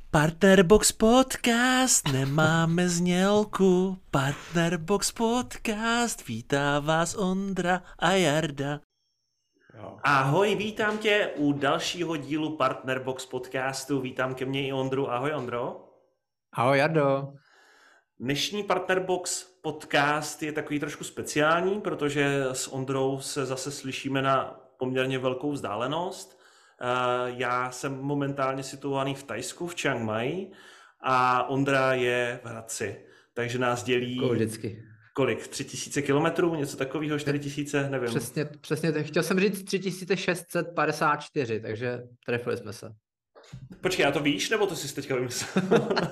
Partnerbox podcast, nemáme znělku. Partnerbox podcast, vítá vás Ondra a Jarda. Jo. Ahoj, vítám tě u dalšího dílu Partnerbox podcastu. Vítám ke mně i Ondru. Ahoj Ondro. Ahoj Jardo. Dnešní Partnerbox podcast je takový trošku speciální, protože s Ondrou se zase slyšíme na poměrně velkou vzdálenost. Já jsem momentálně situovaný v Thajsku, v Chiang Mai, a Ondra je v Hradci, takže nás dělí Vždycky. kolik? 3000 kilometrů, něco takového, 4000, nevím. Přesně, chtěl jsem říct 3654, takže trefili jsme se. Počkej, a to víš, nebo to jsi teďka vymyslel?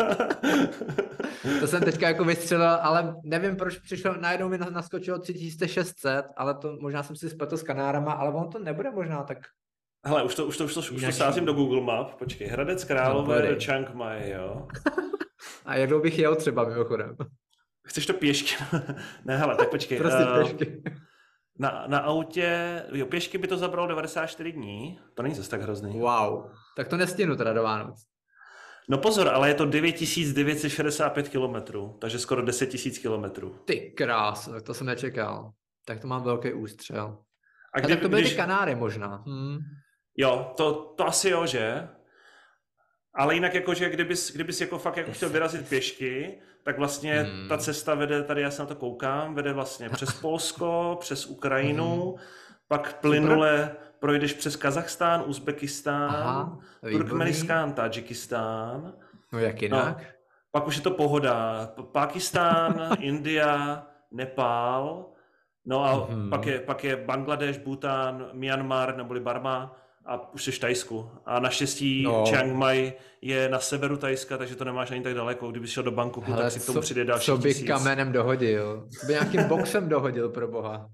To jsem teďka jako vystřelil, ale nevím, proč přišlo, najednou mi naskočilo 3600, ale to možná jsem si spletl s Kanárama, ale on to nebude možná tak. Hele, už to sázím do Google Map, počkej, Hradec Králové do Chiang Mai, jo. A jak bych jel třeba mimochodem. Chceš to pěšky? Ne, hele, tak počkej. Prostě pěšky. Na autě, jo, pěšky by to zabralo 94 dní, to není zase tak hrozný. Wow, tak to nestíhnu teda do Vánoc. No pozor, ale je to 9965 kilometrů, takže skoro 10 000 kilometrů. Ty krás, to jsem nečekal. Tak to mám velký ústřel. A tak to byly ty Kanáry možná. Jo, to asi jo, že? Ale jinak jakože kdybys jako fakt jako chtěl vyrazit pěšky, tak vlastně ta cesta vede, tady já se na to koukám, vede vlastně přes Polsko, přes Ukrajinu, pak plynule projdeš přes Kazachstán, Uzbekistán, Turkmenistán, Tadžikistán. No jak jinak? No, pak už je to pohoda. Pákistán, India, Nepál, no a pak je Bangladeš, Bhútán, Myanmar neboli Barma a už jsi v Thajsku. A naštěstí Chiang Mai je na severu Thajska, takže to nemáš ani tak daleko. Kdyby šel do Bangkoku, tak si k tomu přijde další 1000. Co by kamenem dohodil? Co by nějakým boxem dohodil, pro boha?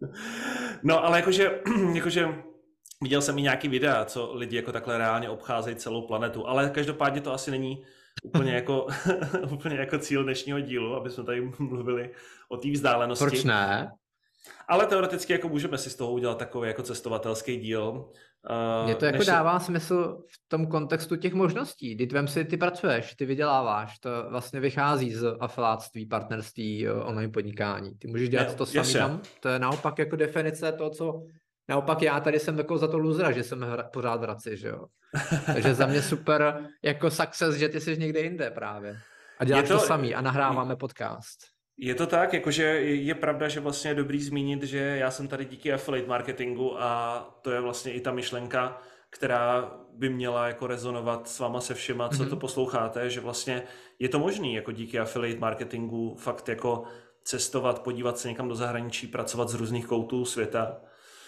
No ale jakože viděl jsem i nějaký videa, co lidi jako takhle reálně obcházejí celou planetu, ale každopádně to asi není úplně jako cíl dnešního dílu, aby jsme tady mluvili o té vzdálenosti. Proč ne? Ale teoreticky jako můžeme si z toho udělat takový jako cestovatelský díl. Mně to jako dává smysl v tom kontextu těch možností. Teď vem si, ty pracuješ, ty vyděláváš, to vlastně vychází z afiláctví, partnerství, online podnikání. Ty můžeš dělat to samý tam. To je naopak jako definice toho, co naopak já tady jsem jako za to lůzra, že jsem pořád v Hradci, že jo. Takže za mě super jako success, že ty jsi někde jinde právě. A děláš to samý a nahráváme podcast. Je to tak, jakože je pravda, že vlastně je dobrý zmínit, že já jsem tady díky affiliate marketingu a to je vlastně i ta myšlenka, která by měla jako rezonovat s váma se všema, co to posloucháte, že vlastně je to možný jako díky affiliate marketingu fakt jako cestovat, podívat se někam do zahraničí, pracovat z různých koutů světa.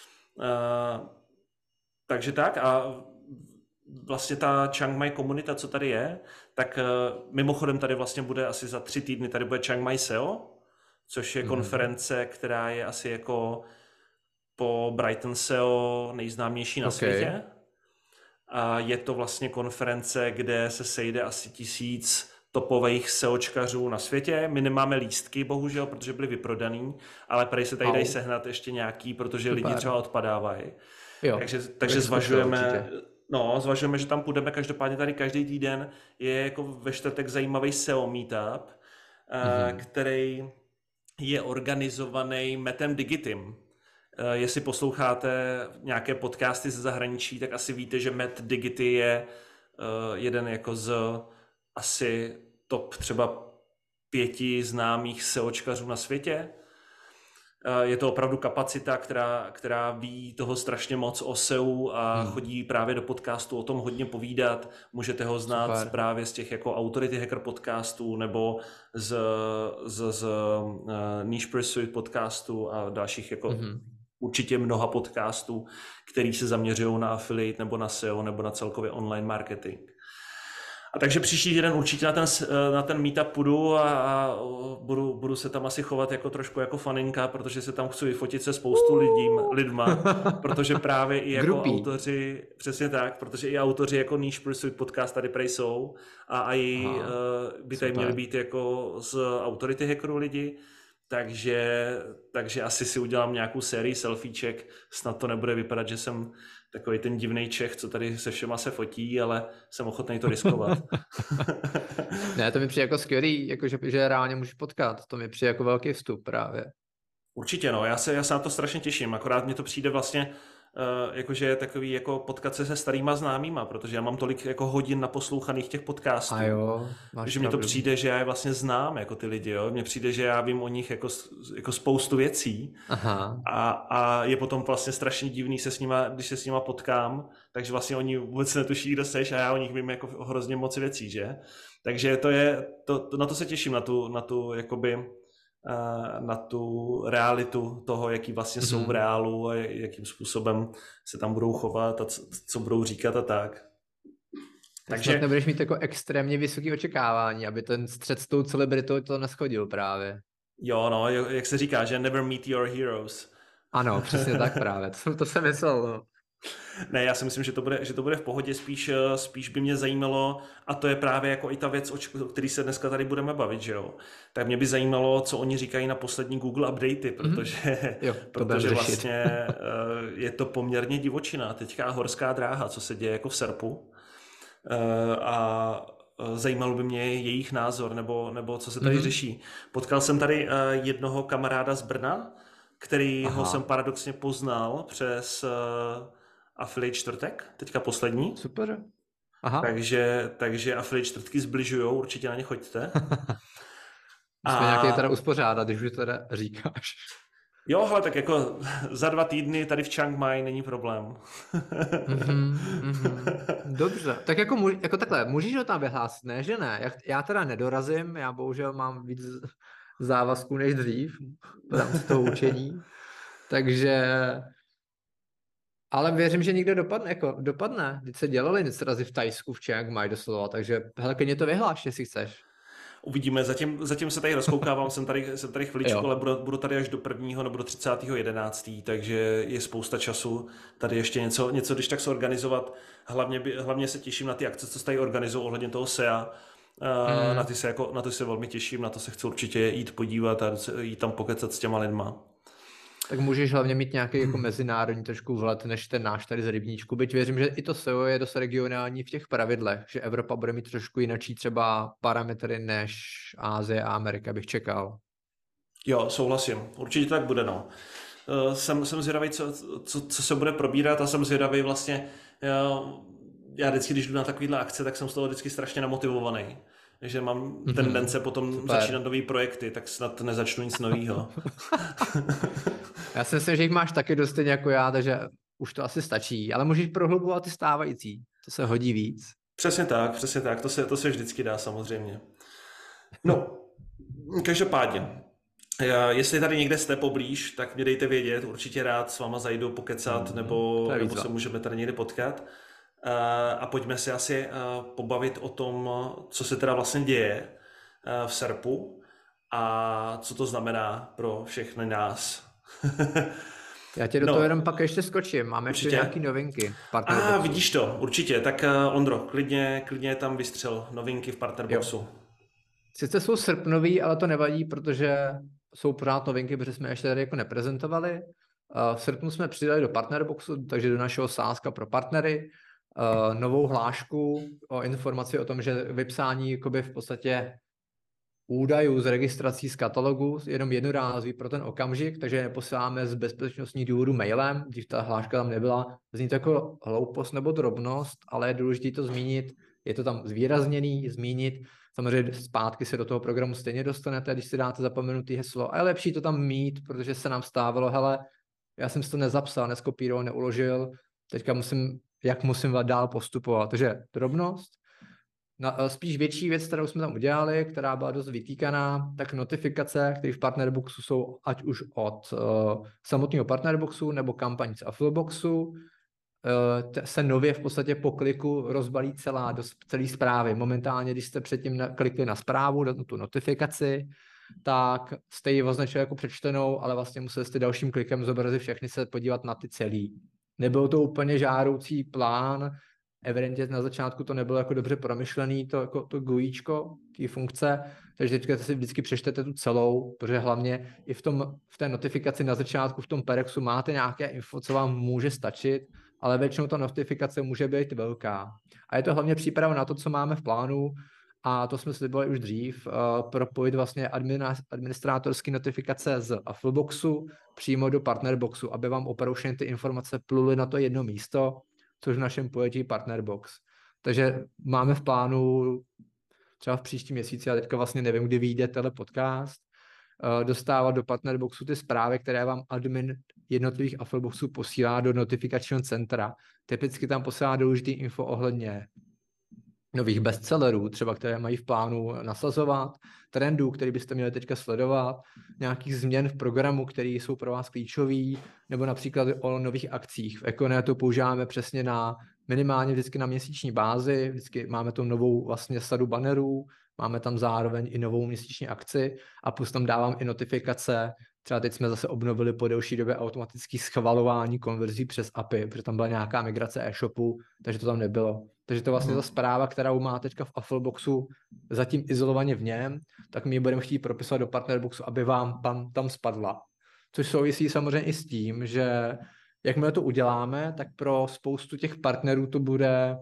Takže tak a vlastně ta Chiang Mai komunita, co tady je, tak mimochodem tady vlastně bude asi za 3 týdny, tady bude Chiang Mai SEO, což je konference, která je asi jako po Brighton SEO nejznámější na světě. A je to vlastně konference, kde se sejde asi 1000 topových SEOčkařů na světě. My nemáme lístky, bohužel, protože byly vyprodaný, ale prej se tady dají sehnat ještě nějaký, protože lidi třeba odpadávají. Takže zvažujeme, že tam půjdeme. Každopádně tady každý týden je jako ve čtvrtek zajímavý SEO meetup, který je organizovaný Mattem Digitym. Jestli posloucháte nějaké podcasty ze zahraničí, tak asi víte, že Matt Digity je jeden jako z asi top třeba 5 známých SEOčkařů na světě. Je to opravdu kapacita, která ví toho strašně moc o SEO a chodí právě do podcastu o tom hodně povídat. Můžete ho znát právě z těch jako Authority Hacker podcastů nebo z Niche Pursuit podcastu a dalších jako určitě mnoha podcastů, který se zaměřují na affiliate nebo na SEO nebo na celkově online marketing. A takže příští týden určitě na ten meetup půjdu a budu se tam asi chovat jako trošku jako faninka, protože se tam chci vyfotit se spoustu lidma, protože právě i jako autoři, přesně tak, protože i autoři jako Niche Pursuit podcast tady prej jsou a i by tady měli být jako z Authority Hackerů lidi, takže asi si udělám nějakou sérii selfieček, snad to nebude vypadat, že jsem takový ten divnej Čech, co tady se všema se fotí, ale jsem ochotný to riskovat. Ne, to mi přijde jako skvělý, jako že reálně můžeš potkat, to mi přijde jako velký vstup právě. Určitě, no, já se na to strašně těším, akorát mi to přijde vlastně jakože takový jako potkat se starýma známýma, protože já mám tolik jako hodin naposlouchaných těch podcastů. A jo, že mi to přijde, že já je vlastně znám jako ty lidi, jo. Mně přijde, že já vím o nich jako spoustu věcí. Aha. A je potom vlastně strašně divný se s nima, když se s nima potkám, takže vlastně oni vůbec netuší, kdo seš a já o nich vím jako hrozně moc věcí, že? Takže na to se těším, na tu realitu toho, jaký vlastně jsou v reálu a jakým způsobem se tam budou chovat a co budou říkat a tak. Takže nebudeš mít jako extrémně vysoké očekávání, aby ten střed s tou celebritou to neschodil právě. Jo, no, jak se říká, že never meet your heroes. Ano, přesně tak právě, to jsem myslel, no. Ne, já si myslím, že to bude v pohodě, spíš by mě zajímalo, a to je právě jako i ta věc, o který se dneska tady budeme bavit, že jo. Tak mě by zajímalo, co oni říkají na poslední Google updaty, protože vlastně je to poměrně divočina. Teďka horská dráha, co se děje jako v srpu. A zajímalo by mě jejich názor, nebo co se tady řeší. Potkal jsem tady jednoho kamaráda z Brna, kterýho jsem paradoxně poznal přes Affiliate čtvrtek, teďka poslední. Super. Aha. Takže Affiliate čtvrtky zbližujou, určitě na ně choďte. Musíme nějaký teda uspořádat, když už teda říkáš. Jo, ale tak jako za 2 týdny tady v Chiang Mai není problém. Dobře, tak jako takhle, můžeš ho tam vyhlásit, ne, že ne? Já teda nedorazím, já bohužel mám víc závazků než dřív v rámci toho učení, takže... Ale věřím, že někde dopadne. Teď se dělali srazy v Thajsku, v Chiang Mai doslova, takže hele, klidně to vyhláš, jestli chceš. Uvidíme, zatím se tady rozkoukávám, jsem tady chviličku, ale budu tady až do 1. nebo do 30.11., takže je spousta času tady ještě něco když tak se organizovat. Hlavně se těším na ty akce, co se tady organizují ohledně toho SEA. Na ty se velmi těším, na to se chci určitě jít podívat a jít tam pokecat s těma lidma. Tak můžeš hlavně mít nějaký jako mezinárodní trošku vhled než ten náš tady z rybníčku, byť věřím, že i to SEO je dost regionální v těch pravidlech, že Evropa bude mít trošku jinačí třeba parametry než Asie a Amerika, bych čekal. Jo, souhlasím. Určitě tak bude, no. Jsem zvědavý, co se bude probírat a jsem zvědavý vlastně, já vždycky, když jdu na takovýhle akce, tak jsem z toho vždycky strašně namotivovaný. Že mám tendence potom začínat nový projekty, tak snad nezačnu nic novýho. Já si myslím, že jich máš taky dost jako já, takže už to asi stačí, ale můžeš prohlubovat ty stávající, to se hodí víc. Přesně tak, to se vždycky dá samozřejmě. No, každopádně, jestli tady někde jste poblíž, tak mě dejte vědět, určitě rád s váma zajdu pokecat, nebo se můžeme tady někde potkat. A pojďme si asi pobavit o tom, co se teda vlastně děje v srpu a co to znamená pro všechny nás. Já tě do toho jenom pak ještě skočím, máme ještě nějaký novinky. Vidíš to, určitě, tak Ondro, klidně tam vystřel novinky v Partnerboxu. Sice jsou srpnový, ale to nevadí, protože jsou pořád novinky, protože jsme ještě tady jako neprezentovali. V srpnu jsme přidali do Partnerboxu, takže do našeho sázka pro partnery, novou hlášku o informaci o tom, že vypsání jakoby v podstatě údajů z registrací z katalogu jenom jednorázový pro ten okamžik, takže neposíláme z bezpečnostních důvodů mailem, když ta hláška tam nebyla. Zní to jako hloupost nebo drobnost, ale je důležité to zmínit, je to tam zvýrazněný, zmínit. Samozřejmě zpátky se do toho programu stejně dostanete, když si dáte zapomenutý heslo. A je lepší to tam mít, protože se nám stávalo, hele, já jsem si to nezapsal, neskopíroval, neuložil, teďka musím dál postupovat. Takže drobnost. Spíš větší věc, kterou jsme tam udělali, která byla dost vytýkaná, tak notifikace, které v Partnerboxu jsou ať už od samotného Partnerboxu nebo kampaň z Affiliboxu, se nově v podstatě po kliku rozbalí celý zprávy. Momentálně, když jste předtím klikli na zprávu, na tu notifikaci, tak jste ji označili jako přečtenou, ale vlastně museli jste dalším klikem zobrazit všechny se podívat na ty celý. Nebyl to úplně žádoucí plán, evidentně na začátku to nebylo jako dobře promyšlený, to GUIčko, ty funkce, takže teďka si vždycky přečtete tu celou, protože hlavně i v té notifikaci na začátku v tom Perexu máte nějaké info, co vám může stačit, ale většinou ta notifikace může být velká. A je to hlavně příprava na to, co máme v plánu, a to jsme slibovali už dřív, propojit vlastně administrátorské notifikace z Affleboxu přímo do Partnerboxu, aby vám opravdu všechny ty informace pluly na to jedno místo, což v našem pojetí Partnerbox. Takže máme v plánu třeba v příštím měsíci, já teďka vlastně nevím, kdy vyjde tenhle podcast, dostávat do Partnerboxu ty zprávy, které vám admin jednotlivých Affleboxů posílá do notifikačního centra. Typicky tam posílá důležitý info ohledně nových bestsellerů, třeba které mají v plánu nasazovat, trendů, který byste měli teďka sledovat, nějakých změn v programu, které jsou pro vás klíčový, nebo například o nových akcích. V Econetu používáme přesně minimálně vždycky na měsíční bázi, vždycky máme tu novou vlastně sadu bannerů, máme tam zároveň i novou měsíční akci a plus tam dávám i notifikace. Třeba teď jsme zase obnovili po delší době automatické schvalování konverzí přes API, protože tam byla nějaká migrace e-shopu, takže to tam nebylo. Takže to vlastně ta zpráva, kterou má teďka v Affleboxu zatím izolovaně v něm, tak my ji budeme chtít propisovat do Partnerboxu, aby vám tam spadla. Což souvisí samozřejmě i s tím, že jakmile to uděláme, tak pro spoustu těch partnerů to bude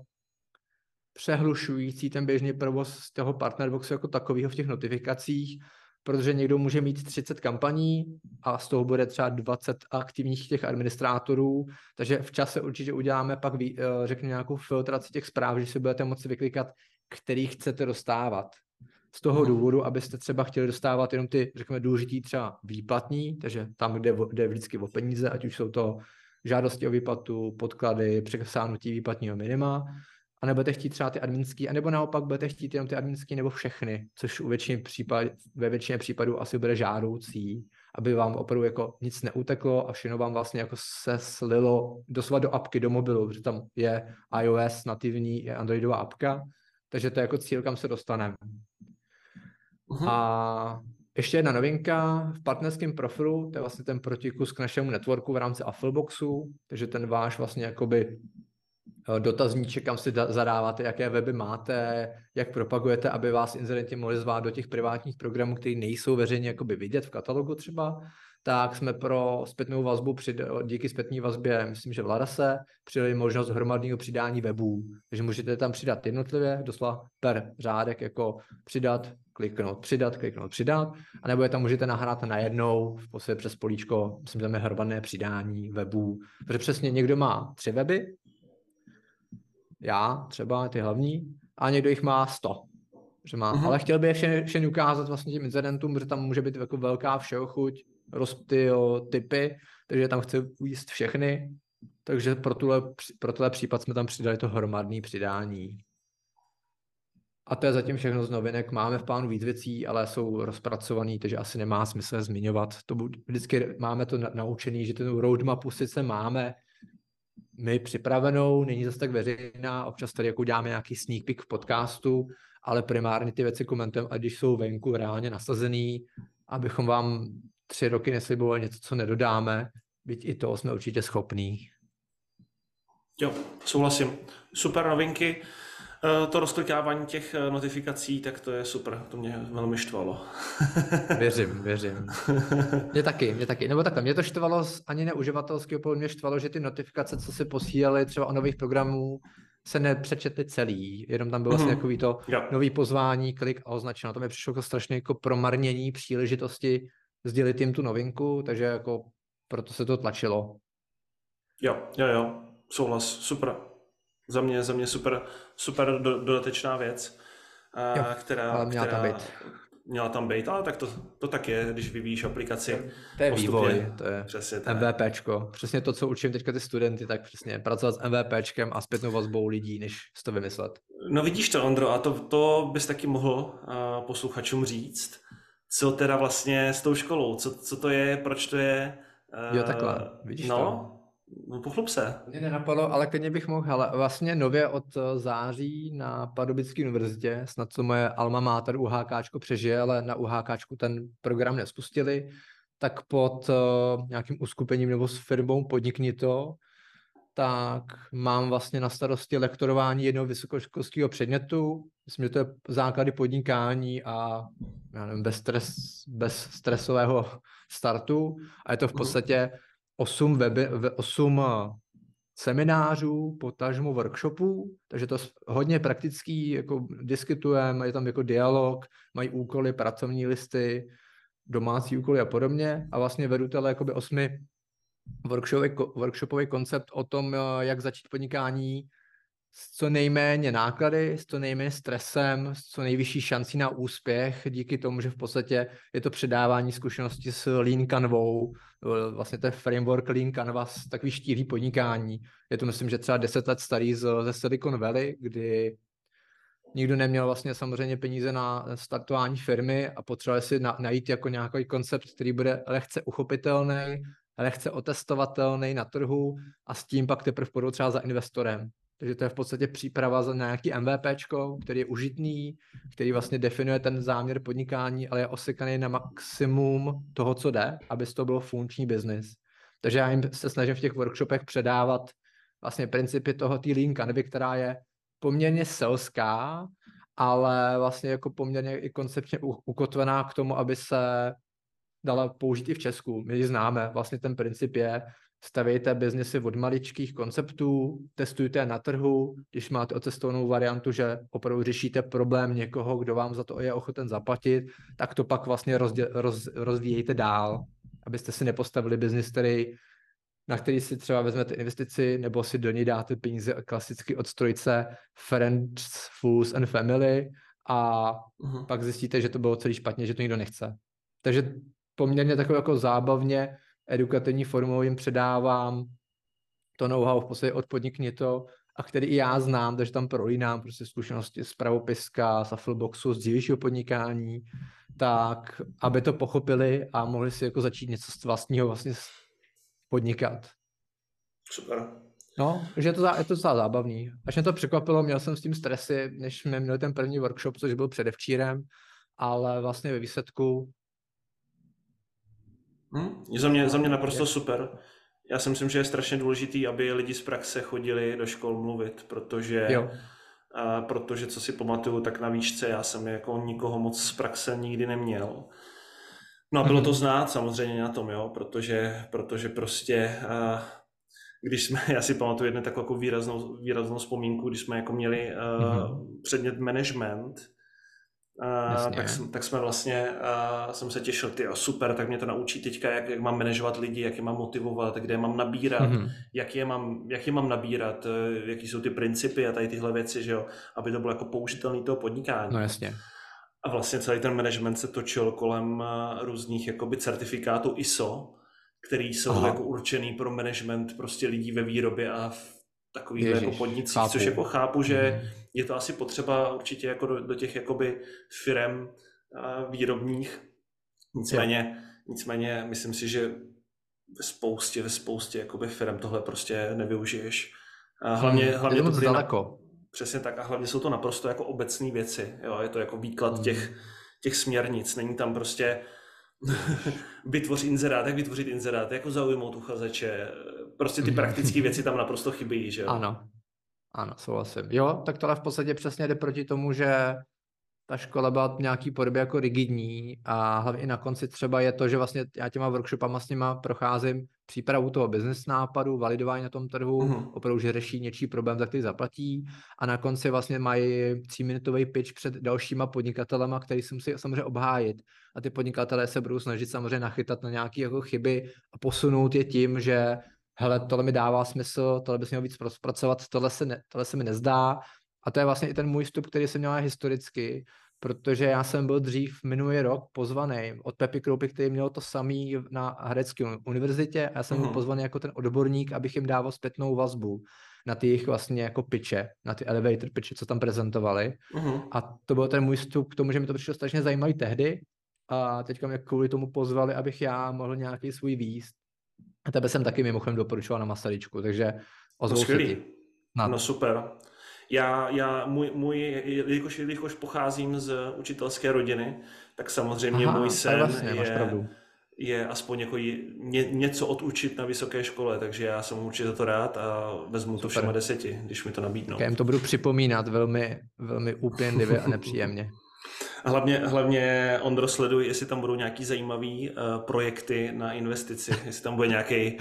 přehlušující ten běžný provoz z toho Partnerboxu jako takového v těch notifikacích, protože někdo může mít 30 kampaní a z toho bude třeba 20 aktivních těch administrátorů, takže v čase určitě uděláme pak, řekněme, nějakou filtraci těch zpráv, že si budete moci vyklikat, který chcete dostávat. Z toho důvodu, abyste třeba chtěli dostávat jenom ty, řekněme, důležitý třeba výplatní, takže tam, kde jde vždycky o peníze, ať už jsou to žádosti o výplatu, podklady, přesáhnutí výplatního minima, a nebudete chtít třeba ty adminský, anebo naopak budete chtít jenom ty adminský nebo všechny, což ve většině případů asi bude žádoucí, aby vám opravdu jako nic neuteklo a všechno vám vlastně jako se slilo doslova do apky, do mobilu, protože tam je iOS nativní, je Androidová apka, takže to je jako cíl, kam se dostaneme. A ještě jedna novinka v partnerském profilu, to je vlastně ten protikus k našemu networku v rámci Affleboxu, takže ten váš vlastně jakoby dotazníček, kam si zadáváte, jaké weby máte, jak propagujete, aby vás inzerenti mohli zvát do těch privátních programů, které nejsou veřejně jakoby vidět v katalogu třeba, tak jsme pro zpětnou vazbu, díky zpětné vazbě, myslím, že v Ladase, přidali možnost hromadného přidání webů. Takže můžete tam přidat jednotlivě, doslova per řádek, jako přidat, přidat, anebo je tam můžete nahrát najednou, v podstatě přes políčko, myslím, že tam je hromadné přidání webů. Protože přesně někdo má 3 weby, já třeba ty hlavní, a někdo jich má 100. Že má, ale chtěl by je všechny ukázat vlastně těm incidentům, že tam může být jako velká všeochuť, typy, takže tam chci ujist všechny, takže pro tohle případ jsme tam přidali to hromadné přidání. A to je zatím všechno z novinek. Máme v plánu víc věcí, ale jsou rozpracovaný, takže asi nemá smysl zmiňovat. Vždycky máme to naučený, že ten roadmapu sice máme my připravenou, není zase tak veřejná, občas tady jako děláme nějaký sneak peek v podcastu, ale primárně ty věci komentujeme, a když jsou venku reálně nasazený, abychom vám 3 roky neslibovali něco, co nedodáme, byť i toho jsme určitě schopní. Jo, souhlasím. Super novinky. To rozklikávání těch notifikací, tak to je super. To mě velmi štvalo. Věřím. Mě taky. Nebo takhle, mě to štvalo ani neuživatelského pohledu, mě štvalo, že ty notifikace, co si posílali třeba o nových programů, se nepřečetli celý. Jenom tam bylo vlastně takový to nový pozvání, klik a označeno. To mi přišlo jako strašně jako promarnění příležitosti sdělit jim tu novinku, takže jako proto se to tlačilo. Jo. Souhlas, super. Za mě super dodatečná věc, která měla tam být, ale tak to tak je, když vyvíjíš aplikaci. To je vývoj, to je přesně MVPčko. Přesně to, co učím teďka ty studenty, tak přesně pracovat s MVPčkem a zpětnou vazbou lidí, než si to vymyslet. No vidíš to, Ondro, a to bys taky mohl posluchačům říct, co teda vlastně s tou školou, co to je, proč to je. Jo, takhle, vidíš to? No, pochlup se. Mě nenapadlo, ale klidně bych mohl, ale vlastně nově od září na Pardubické univerzitě, snad to moje alma mater UHKčko přežije, ale na UHKčku ten program nespustili, tak pod nějakým uskupením nebo s firmou Podnikni to tak mám vlastně na starosti lektorování jednoho vysokoškolského předmětu. Myslím, že to je základy podnikání a já nevím, bez stresového startu. A je to v podstatě 8 seminářů, potažmo workshopů, takže to je hodně praktický, jako diskutujeme, je tam jako dialog, mají úkoly, pracovní listy, domácí úkoly a podobně. A vlastně vedu tohle jakoby 8 workshopový koncept o tom, jak začít podnikání s co nejméně náklady, s co nejméně stresem, s co nejvyšší šancí na úspěch, díky tomu, že v podstatě je to předávání zkušeností s Lean Canvou, vlastně to je framework Lean Canvas, takový štíhlý podnikání. Je to, myslím, že třeba 10 let starý ze Silicon Valley, kdy nikdo neměl vlastně samozřejmě peníze na startování firmy a potřeboval si najít jako nějaký koncept, který bude lehce uchopitelný, lehce otestovatelný na trhu a s tím pak teprve půjdou třeba za investorem. Takže to je v podstatě příprava za nějaký MVPčko, který je užitný, který vlastně definuje ten záměr podnikání, ale je osekaný na maximum toho, co jde, aby to bylo funkční biznis. Takže já jim se snažím v těch workshopech předávat vlastně principy toho té Lean Canvy, která je poměrně selská, ale vlastně jako poměrně i koncepčně ukotvená k tomu, aby se dala použít i v Česku. My ji známe. Vlastně ten princip je, stavějte biznesy od maličkých konceptů, testujte je na trhu, když máte otestovanou variantu, že opravdu řešíte problém někoho, kdo vám za to je ochoten zaplatit, tak to pak vlastně rozvíjejte dál, abyste si nepostavili biznis, na který si třeba vezmete investici, nebo si do něj dáte peníze klasicky od strojce Friends, Fools and Family a pak zjistíte, že to bylo celý špatně, že to nikdo nechce. Takže poměrně takové jako zábavně edukativní formou jim předávám to know-how v podstatě od Podnikni to, a který i já znám, takže tam prolínám prostě zkušenosti z Pravopiska, z Affleboxu, z dřívějšího podnikání, tak aby to pochopili a mohli si jako začít něco z vlastního vlastně podnikat. Super. No, že je to docela zábavný. Až mě to překvapilo, měl jsem s tím stresy, než jsme měli ten první workshop, což byl předevčírem, ale vlastně ve výsledku Za mě naprosto super. Já si myslím, že je strašně důležitý, aby lidi z praxe chodili do škol mluvit, protože co si pamatuju, tak na výšce já jsem jako nikoho moc z praxe nikdy neměl. No a bylo to znát samozřejmě na tom, jo, protože prostě když jsme, já si pamatuju jednu takovou výraznou vzpomínku, když jsme jako měli předmět management, tak jsme vlastně, jsem se těšil, super, tak mě to naučí teďka, jak mám manažovat lidi, jak je mám motivovat, kde je mám nabírat, jak je mám nabírat, jaký jsou ty principy a tady tyhle věci, že jo, aby to bylo jako použitelný toho podnikání. No jasně. A vlastně celý ten management se točil kolem různých jakoby certifikátů ISO, který jsou jako určený pro management prostě lidí ve výrobě a v takových jako podnicích, což jako chápu, že je to asi potřeba určitě jako do těch jakoby firem výrobních. Nicméně myslím si, že ve spoustě jakoby firem tohle prostě nevyužiješ. Hlavně to daleko. Přesně tak a hlavně jsou to naprosto jako obecné věci. Jo? Je to jako výklad těch směrnic. Není tam prostě vytvořit inzerát, jako zaujmout uchazeče. Prostě ty praktické věci tam naprosto chybí, že jo? Ano, souhlasím. Jo, tak tohle v podstatě přesně jde proti tomu, že ta škola byla v nějaký podobě jako rigidní a hlavně i na konci třeba je to, že vlastně já těma workshopama s nima procházím přípravu toho business nápadu, validování na tom trhu, opravdu, že řeší něčí problém, za který zaplatí a na konci vlastně mají 3minutový pitch před dalšíma podnikatelema, který si musí samozřejmě obhájit a ty podnikatelé se budou snažit samozřejmě nachytat na nějaké jako chyby a posunout je tím, že hele, tohle mi dává smysl, tohle bys měl víc zpracovat, tohle se mi nezdá. A to je vlastně i ten můj vstup, který jsem měl historicky, protože já jsem byl dřív minulý rok pozvaný od Pepy Kroupy, který měl to samý na Hradecké univerzitě a já jsem byl pozvaný jako ten odborník, abych jim dával zpětnou vazbu na ty jejich vlastně jako pitche, na ty elevator pitche, co tam prezentovali. A to byl ten můj vstup k tomu, že mi to přišlo strašně zajímavý tehdy a teďka mě kvůli tomu pozvali, abych já mohl nějaký svůj výst. A tebe jsem taky mimochodem doporučoval na Masaryčku, takže ozvou se ti. No super. Jelikož pocházím z učitelské rodiny, tak samozřejmě můj sen je aspoň jako něco odučit na vysoké škole, takže já jsem určitě to rád a vezmu to všema 10, když mi to nabídnou. Já jim to budu připomínat velmi, velmi úpěnlivě a nepříjemně. A hlavně Ondro, sleduj, jestli tam budou nějaký zajímavý projekty na investici, jestli tam bude nějaký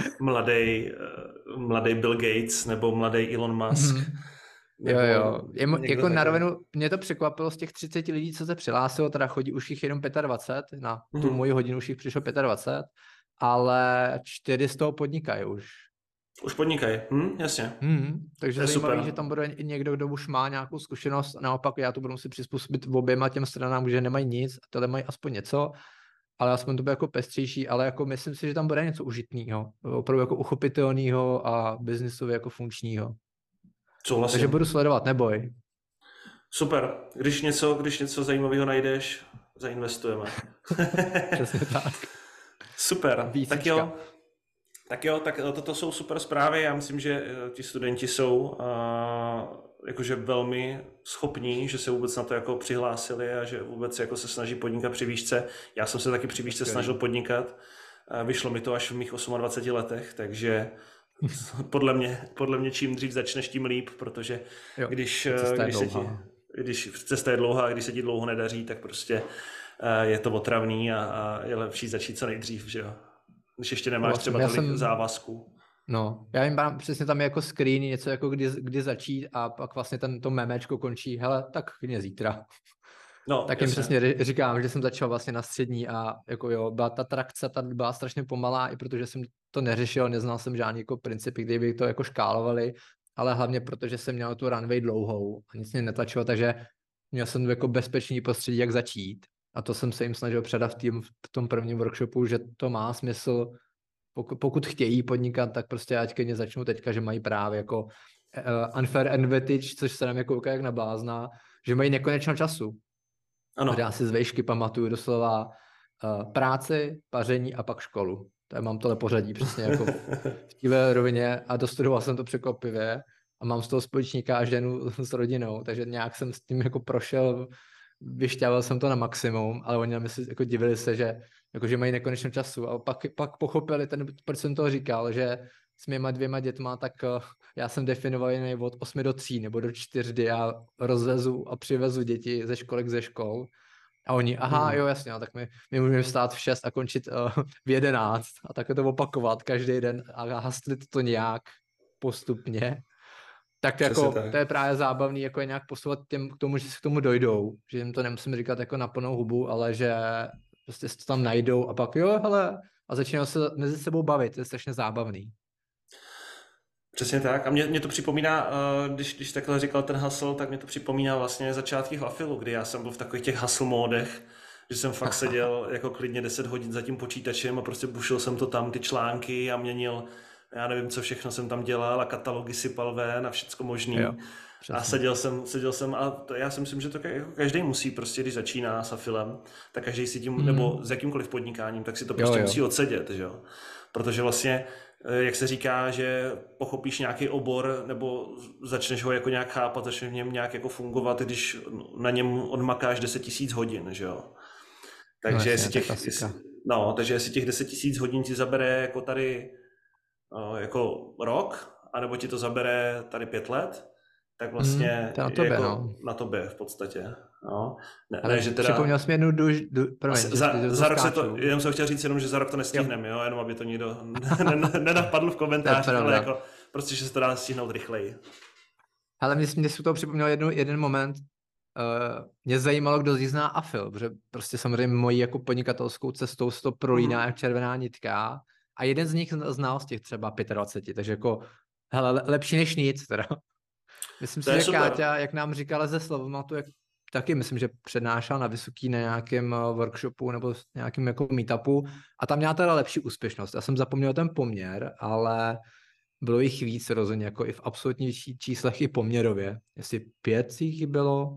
mladý Bill Gates nebo mladý Elon Musk. Jo. Jako na rovinu, mě to překvapilo z těch 30 lidí, co se přihlásilo, teda chodí už jich jenom 25, na tu moji hodinu už jich přišlo 25, ale 4 z toho podnikají už. Už podnikají, jasně. Takže je zajímavý, super. Že tam bude někdo, kdo už má nějakou zkušenost, naopak já to budu muset přizpůsobit v oběma těm stranám, že nemají nic, a tohle mají aspoň něco, ale aspoň to bude jako pestřejší, ale jako myslím si, že tam bude něco užitného, opravdu jako uchopitelného a biznisově jako funkčního. Souhlasím. Takže budu sledovat, neboj. Super, když něco zajímavého najdeš, zainvestujeme. Přesně tak. Super, tak jo, tak toto jsou super zprávy, já myslím, že ti studenti jsou jakože velmi schopní, že se vůbec na to jako přihlásili a že vůbec jako se snaží podnikat při výšce. Já jsem se taky při výšce snažil podnikat, vyšlo mi to až v mých 28 letech, takže podle mě čím dřív začneš, tím líp, protože když cesta je dlouhá a když se ti dlouho nedaří, tak prostě je to otravný a je lepší začít co nejdřív, že jo. Když ještě nemáš třeba tolik závazků. No, já jim přesně tam je jako screen, něco jako kdy začít a pak vlastně to memečko končí, hele, tak klidně zítra. No, tak jim přesně říkám, že jsem začal vlastně na střední a jako jo, byla ta trakce, ta byla strašně pomalá, i protože jsem to neřešil, neznal jsem žádný jako principy, kdyby to jako škálovali, ale hlavně protože jsem měl tu runway dlouhou a nic mě netlačilo, takže měl jsem jako bezpečný prostředí, jak začít. A to jsem se jim snažil předat v tom prvním workshopu, že to má smysl, pokud chtějí podnikat, tak prostě ať klidně začnou teďka, že mají právě jako unfair advantage, což se nám jako jak na blázna, že mají nekonečno času. Ano. Já si z vejšky pamatuju doslova práci, paření a pak školu. Mám tohle pořadí přesně jako v téhle rovině a dostudoval jsem to překvapivě a mám z toho společníka a ženu s rodinou, takže nějak jsem s tím jako prošel, vyšťával jsem to na maximum, ale oni nám jako divili se, že mají nekonečno času a pak pochopili, proč jsem to říkal, že s mýma 2 dětma, tak já jsem definoval jen od 8 do 3 nebo do 4, kdy já rozvezu a přivezu děti ze školek ze škol a oni, jo jasně, tak my můžeme vstát v 6 a končit v 11 a takhle to opakovat každý den a hastlit to nějak postupně. Tak jako to je právě zábavný, jako je nějak posouvat k tomu, že si k tomu dojdou, že jim to nemusím říkat jako na plnou hubu, ale že prostě si to tam najdou a pak a začínají se mezi sebou bavit, to je strašně zábavný. Přesně tak. A mě to připomíná, když takhle říkal ten hustle, tak mě to připomíná vlastně začátky Hlafilu, kdy já jsem byl v takových těch hustle módech, že jsem fakt seděl jako klidně 10 hodin za tím počítačem a prostě bušil jsem to tam, ty články a měnil, já nevím, co všechno jsem tam dělal a katalogy sypal ven a všecko možný. Jo, a seděl jsem a já si myslím, že to každý musí prostě, když začíná s Afilem, tak každý si tím, nebo s jakýmkoliv podnikáním, tak si to prostě musí odsedět, že jo. Protože vlastně, jak se říká, že pochopíš nějaký obor nebo začneš ho jako nějak chápat, začneš v něm nějak jako fungovat, když na něm odmakáš 10 000 hodin, že jo. Takže jestli těch 10 000 hodin ti zabere jako tady jako rok, anebo ti to zabere tady 5 let, tak vlastně na tobě v podstatě. No. Ne, že teda... Připomněl jsem jednu za rok se to, jenom jsem chtěl říct jenom, že za rok to nestihneme, jo, jenom aby to nikdo nenapadl v komentářích, ale jako prostě, že se to dá stihnout rychleji. Ale mě si to připomněl jeden moment, mě zajímalo, kdo z nich zná Afil, protože prostě samozřejmě mojí jako podnikatelskou cestou se to prolíná jak červená nitka a jeden z nich znal z těch třeba 25, takže jako hele, lepší než nic teda. Myslím si, že super. Káťa, jak nám říkala ze Slovomatu, taky myslím, že přednášel na Vysoký na nějakém workshopu nebo nějakém jako meetupu a tam měla teda lepší úspěšnost. Já jsem zapomněl ten poměr, ale bylo jich víc rozhodně, jako i v absolutních číslech i poměrově. Jestli 5 jich bylo.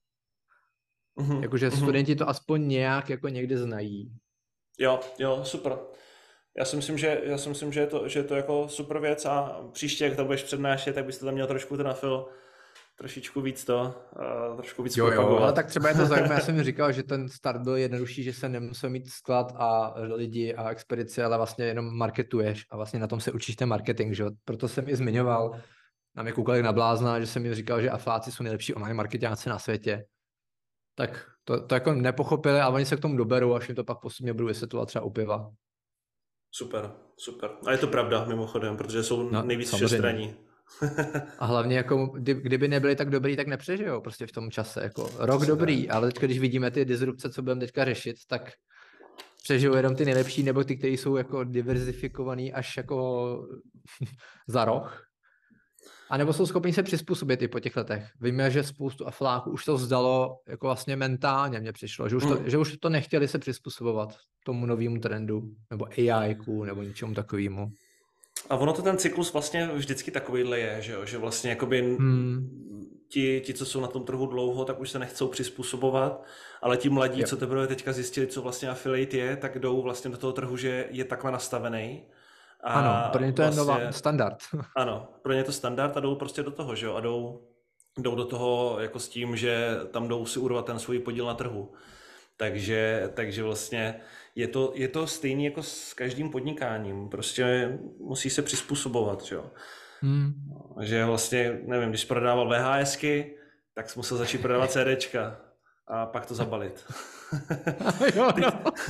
Jakože studenti to aspoň nějak jako někde znají. Jo, super. Já si myslím, že je to jako super věc a příště, jak to budeš přednášet, tak byste tam měl trošku ten Afil trošičku víc trošku víc Jo, propagovat. ale tak třeba je to zajímavé, já jsem mi říkal, že ten start byl jednodušší, že se nemusel mít sklad a lidi a expedice, ale vlastně jenom marketuješ a vlastně na tom se učíš ten marketing, že jo? Proto jsem i zmiňoval, na mě koukali na blázna, že jsem mi říkal, že afláci jsou nejlepší online marketáci na světě. Tak to jako nepochopili a oni se k tomu doberou, až jim to pak postupně budou vysvětlovat třeba u piva. Super. A je to pravda mimochodem, protože jsou nejvíc všestranní. A hlavně jako, kdyby nebyli tak dobrý, tak nepřežijou prostě v tom čase. Jako rok dobrý, ale teď, když vidíme ty disrupce, co budeme teďka řešit, tak přežijou jenom ty nejlepší, nebo ty, kteří jsou jako diverzifikovaný až jako za rok. A nebo jsou schopni se přizpůsobit i po těch letech. Víme, že spoustu afláků už to vzdalo jako vlastně mentálně, mně přišlo, že už to nechtěli se přizpůsobovat tomu novému trendu, nebo AI-ku, nebo něčemu takovému. A ono to ten cyklus vlastně vždycky takovýhle je, že vlastně jakoby ti, co jsou na tom trhu dlouho, tak už se nechcou přizpůsobovat, ale ti mladí, co teprve teďka zjistili, co vlastně affiliate je, tak jdou vlastně do toho trhu, že je takhle nastavený. Ano, pro ně to vlastně, je nová standard. Ano, pro ně je to standard a jdou prostě do toho, že jo, a jdou do toho jako s tím, že tam jdou si urvat ten svůj podíl na trhu. Takže vlastně je to stejný jako s každým podnikáním. Prostě musí se přizpůsobovat, že jo. Že vlastně, nevím, když prodával VHSky, tak musel začít prodávat CDčka a pak to zabalit. Jo, no.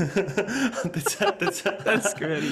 To je skvělý.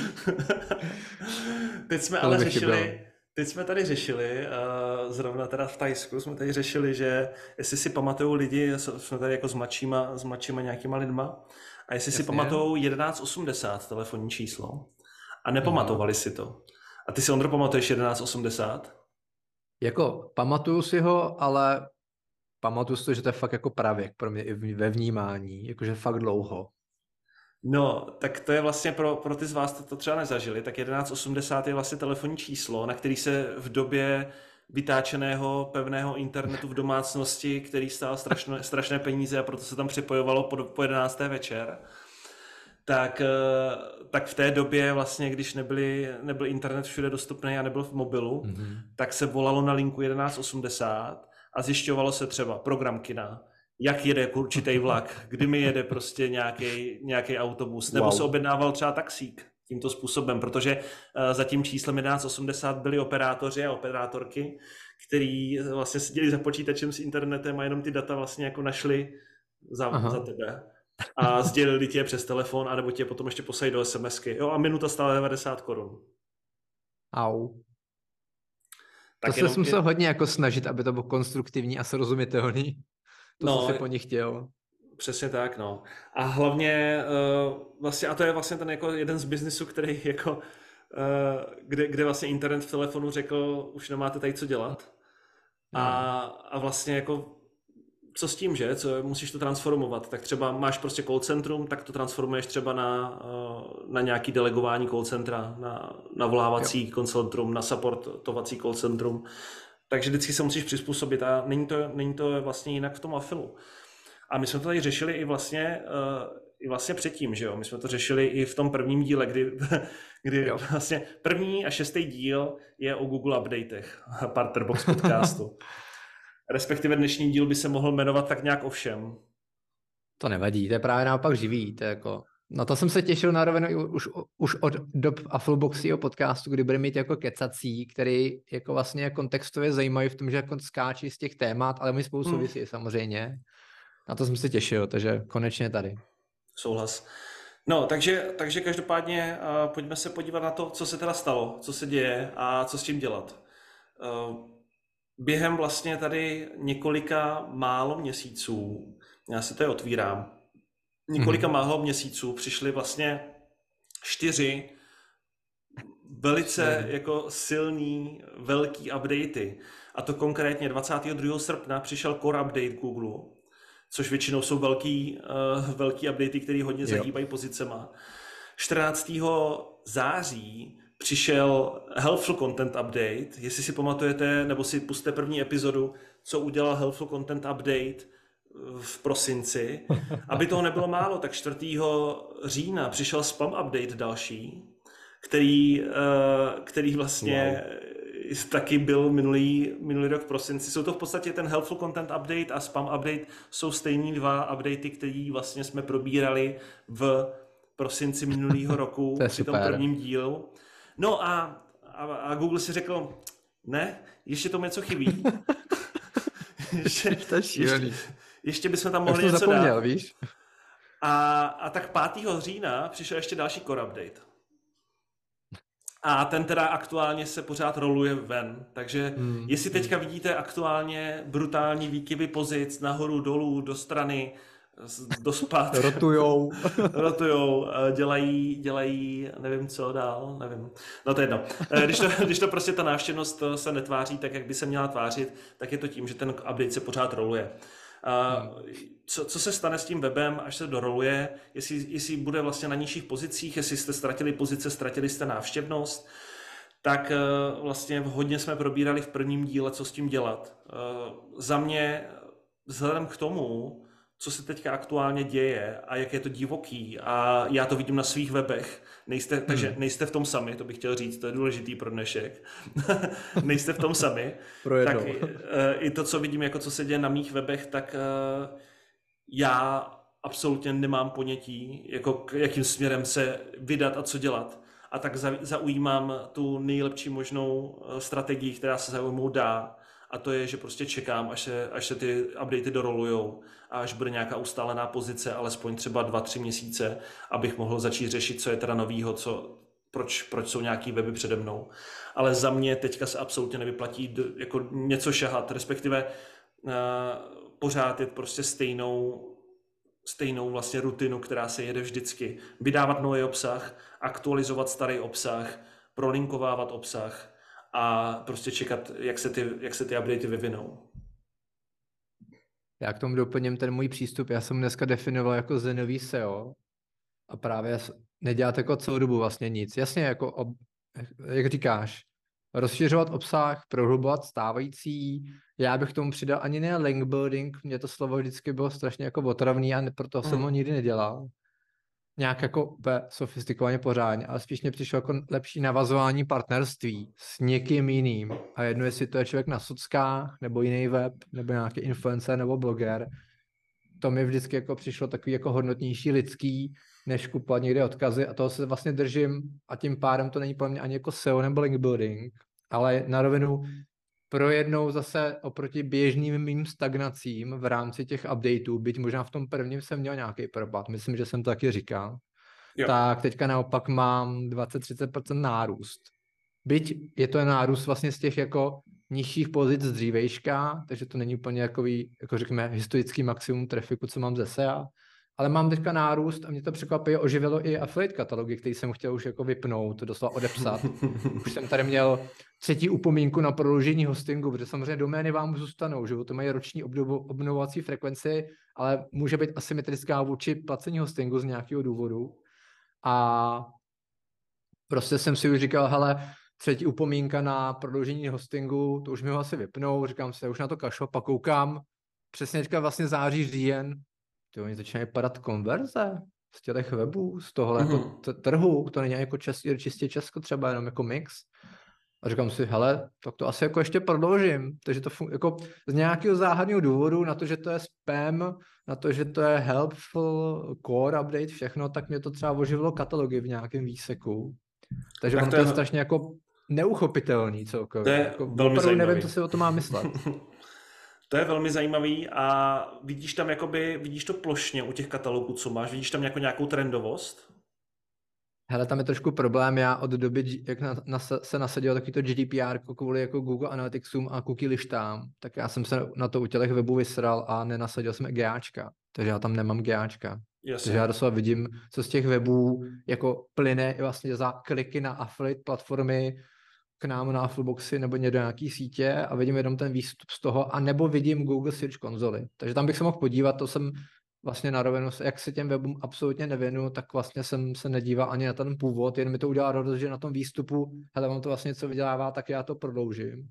Teď jsme tady řešili, zrovna teda v Thajsku jsme tady řešili, že jestli si pamatujou lidi, jsme tady jako s mladšíma nějakýma lidma, a jestli si pamatujou 1180 telefonní číslo a nepamatovali si to. A ty si, Ondro, pamatuješ 1180? Jako pamatuju si ho, ale pamatuju si to, že to je fakt jako pravěk pro mě i ve vnímání, jakože fakt dlouho. No, tak to je vlastně pro ty z vás, to třeba nezažili, tak 1180 je vlastně telefonní číslo, na který se v době vytáčeného pevného internetu v domácnosti, který stál strašné peníze a proto se tam připojovalo po 11. večer, tak v té době vlastně, když nebyl internet všude dostupný a nebyl v mobilu, tak se volalo na linku 1180 a zjišťovalo se třeba program kina, jak jede určitý vlak, kdy mi jede prostě nějaký autobus, nebo se objednával třeba taxík tímto způsobem, protože za tím číslem 1180 byli operátoři a operátorky, který vlastně seděli za počítačem s internetem a jenom ty data vlastně jako našli za tebe a sdělili tě přes telefon, anebo tě potom ještě poslali do SMSky. Jo, a minuta stála 90 korun. Au. Tak to se musel hodně jako snažit, aby to bylo konstruktivní a srozumitelný. To se po nich chtěl. Přesně tak, no. A hlavně vlastně, a to je vlastně ten jako jeden z biznisů, který jako, kde vlastně internet v telefonu řekl, už nemáte tady co dělat. A vlastně jako, co s tím, že? Musíš to transformovat. Tak třeba máš prostě call centrum, tak to transformuješ třeba na nějaký delegování call centra, na volávací call centrum, na supportovací call centrum. Takže vždycky se musíš přizpůsobit a není to vlastně jinak v tom afilu. A my jsme to tady řešili i vlastně předtím, že jo? My jsme to řešili i v tom prvním díle, kdy vlastně první a 6. díl je o Google updatech, Partnerbox podcastu. Respektive dnešní díl by se mohl jmenovat tak nějak o všem. To nevadí, to je právě naopak živý, to je jako... No to jsem se těšil na rovinu už od dob Affleboxího podcastu, kdy bude mít jako kecací, který jako vlastně kontextově zajímavý v tom, že jako skáčí z těch témat, ale my spolu souvisí samozřejmě. Na to jsem se těšil, takže konečně tady. Souhlas. No, takže každopádně pojďme se podívat na to, co se teda stalo, co se děje a co s tím dělat. Během vlastně tady několika málo měsíců, já si to otvírám, několika málo měsíců přišly vlastně 4 velice jako silný, velký updaty. A to konkrétně 22. srpna přišel Core Update Google, což většinou jsou velký updaty, které hodně zahýbají pozicema. 14. září přišel Helpful Content Update. Jestli si pamatujete, nebo si pusťte první epizodu, co udělal Helpful Content Update v prosinci. Aby toho nebylo málo, tak 4. října přišel Spam Update další, který vlastně taky byl minulý rok v prosinci. Jsou to v podstatě ten Helpful Content Update a Spam Update jsou stejný dva updaty, který vlastně jsme probírali v prosinci minulého roku při tom prvním dílu. No a Google si řekl, ne, ještě tomu něco chybí. ještě bychom tam mohli něco dát. Víš? A tak 5. října přišel ještě další core update. A ten teda aktuálně se pořád roluje ven. Takže jestli teďka vidíte aktuálně brutální výkyvy pozic nahoru, dolů, do strany, do spad. Rotujou, dělají, nevím co dál, nevím. No to je jedno. Když to prostě ta návštěvnost se netváří tak, jak by se měla tvářit, tak je to tím, že ten update se pořád roluje. Co se stane s tím webem, až se doroluje, jestli bude vlastně na nižších pozicích, jestli jste ztratili pozice, ztratili jste návštěvnost, tak vlastně hodně jsme probírali v prvním díle, co s tím dělat. Za mě, vzhledem k tomu, co se teďka aktuálně děje a jak je to divoký a já to vidím na svých webech, takže nejste v tom sami, to bych chtěl říct, to je důležitý pro dnešek. Nejste v tom sami. Tak i to, co vidím, jako co se děje na mých webech, tak já absolutně nemám ponětí, jako jakým směrem se vydat a co dělat. A tak zaujímám tu nejlepší možnou strategii, která se zaujmout dá. A to je, že prostě čekám, až se ty updaty dorolujou a až bude nějaká ustálená pozice, alespoň třeba 2-3 měsíce, abych mohl začít řešit, co je teda novýho, proč jsou nějaký weby přede mnou. Ale za mě teďka se absolutně nevyplatí jako něco šahat, respektive pořád je prostě stejnou vlastně rutinu, která se jede vždycky. Vydávat nový obsah, aktualizovat starý obsah, prolinkovávat obsah, a prostě čekat, jak se ty updaty vyvinou. Já k tomu doplním ten můj přístup. Já jsem dneska definoval jako zenový SEO a právě nedělat jako celou dobu vlastně nic. Jasně, jako jak říkáš, rozšiřovat obsah, prohlubovat stávající. Já bych k tomu přidal ani ne link building, mně to slovo vždycky bylo strašně jako otravný a proto jsem ho nikdy nedělal. Nějak jako sofistikovaně pořádně, ale spíš mě přišlo jako lepší navazování partnerství s někým jiným. A jedno, jestli to je člověk na sockách, nebo jiný web, nebo nějaký influencer, nebo bloger. To mi vždycky jako přišlo takový jako hodnotnější lidský, než kupovat někde odkazy a toho se vlastně držím a tím pádem to není pro mě ani jako SEO nebo link building, ale na rovinu pro jednou zase oproti běžným mým stagnacím v rámci těch updateů, byť možná v tom prvním jsem měl nějaký propad, myslím, že jsem to taky říkal, tak teďka naopak mám 20-30% nárůst. Byť je to nárůst vlastně z těch jako nižších pozic z dřívejška, takže to není úplně jako řekněme historický maximum trafiku, co mám ze SEA, ale mám teďka nárůst a mě to překvapuje, oživilo i affiliate katalogy, který jsem chtěl už jako vypnout, doslova odepsat. Už jsem tady měl 3. upomínku na prodloužení hostingu, protože samozřejmě domény vám zůstanou, že to mají roční obnovovací frekvenci, ale může být asymetrická vůči placení hostingu z nějakého důvodu. A prostě jsem si už říkal, hele, 3. upomínka na prodloužení hostingu, to už mi ho asi vypnou, říkám si, už na to kašlo, pak koukám, přesně teďka vlastně září, říjen, oni začínají padat konverze z těch webů, z tohle jako trhu, to není jako čistě Česko třeba, jenom jako mix. A říkám si, hele, tak to asi jako ještě prodloužím. Takže to jako z nějakého záhadného důvodu, na to, že to je spam, na to, že to je helpful core update, všechno, tak mě to třeba oživilo katalogy v nějakém výseku. Takže tak to je strašně jako neuchopitelný celkově. To je jako velmi zajímavý. Nevím, co si o to má myslet. To je velmi zajímavý a vidíš tam vidíš to plošně u těch katalogů, co máš? Vidíš tam nějakou trendovost? Hele, tam je trošku problém, já od doby, jak se nasadilo takovýto GDPR kvůli jako Google Analyticsům a cookie lištám, tak já jsem se na to u těch webů vysral a nenasadil jsem GAčka, takže já tam nemám GAčka. Jasně. Takže já doslova vidím, co z těch webů jako plyne vlastně za kliky na affiliate platformy k nám na Affleboxy nebo někdo nějaký sítě a vidím jenom ten výstup z toho, a nebo vidím Google Search konzoli. Takže tam bych se mohl podívat, to jsem vlastně na rovinu, jak se těm webům absolutně nevěnu, tak vlastně jsem se nedíval ani na ten původ, jen mi to udělá radost, že na tom výstupu, hele, on to vlastně něco vydělává, tak já to prodloužím.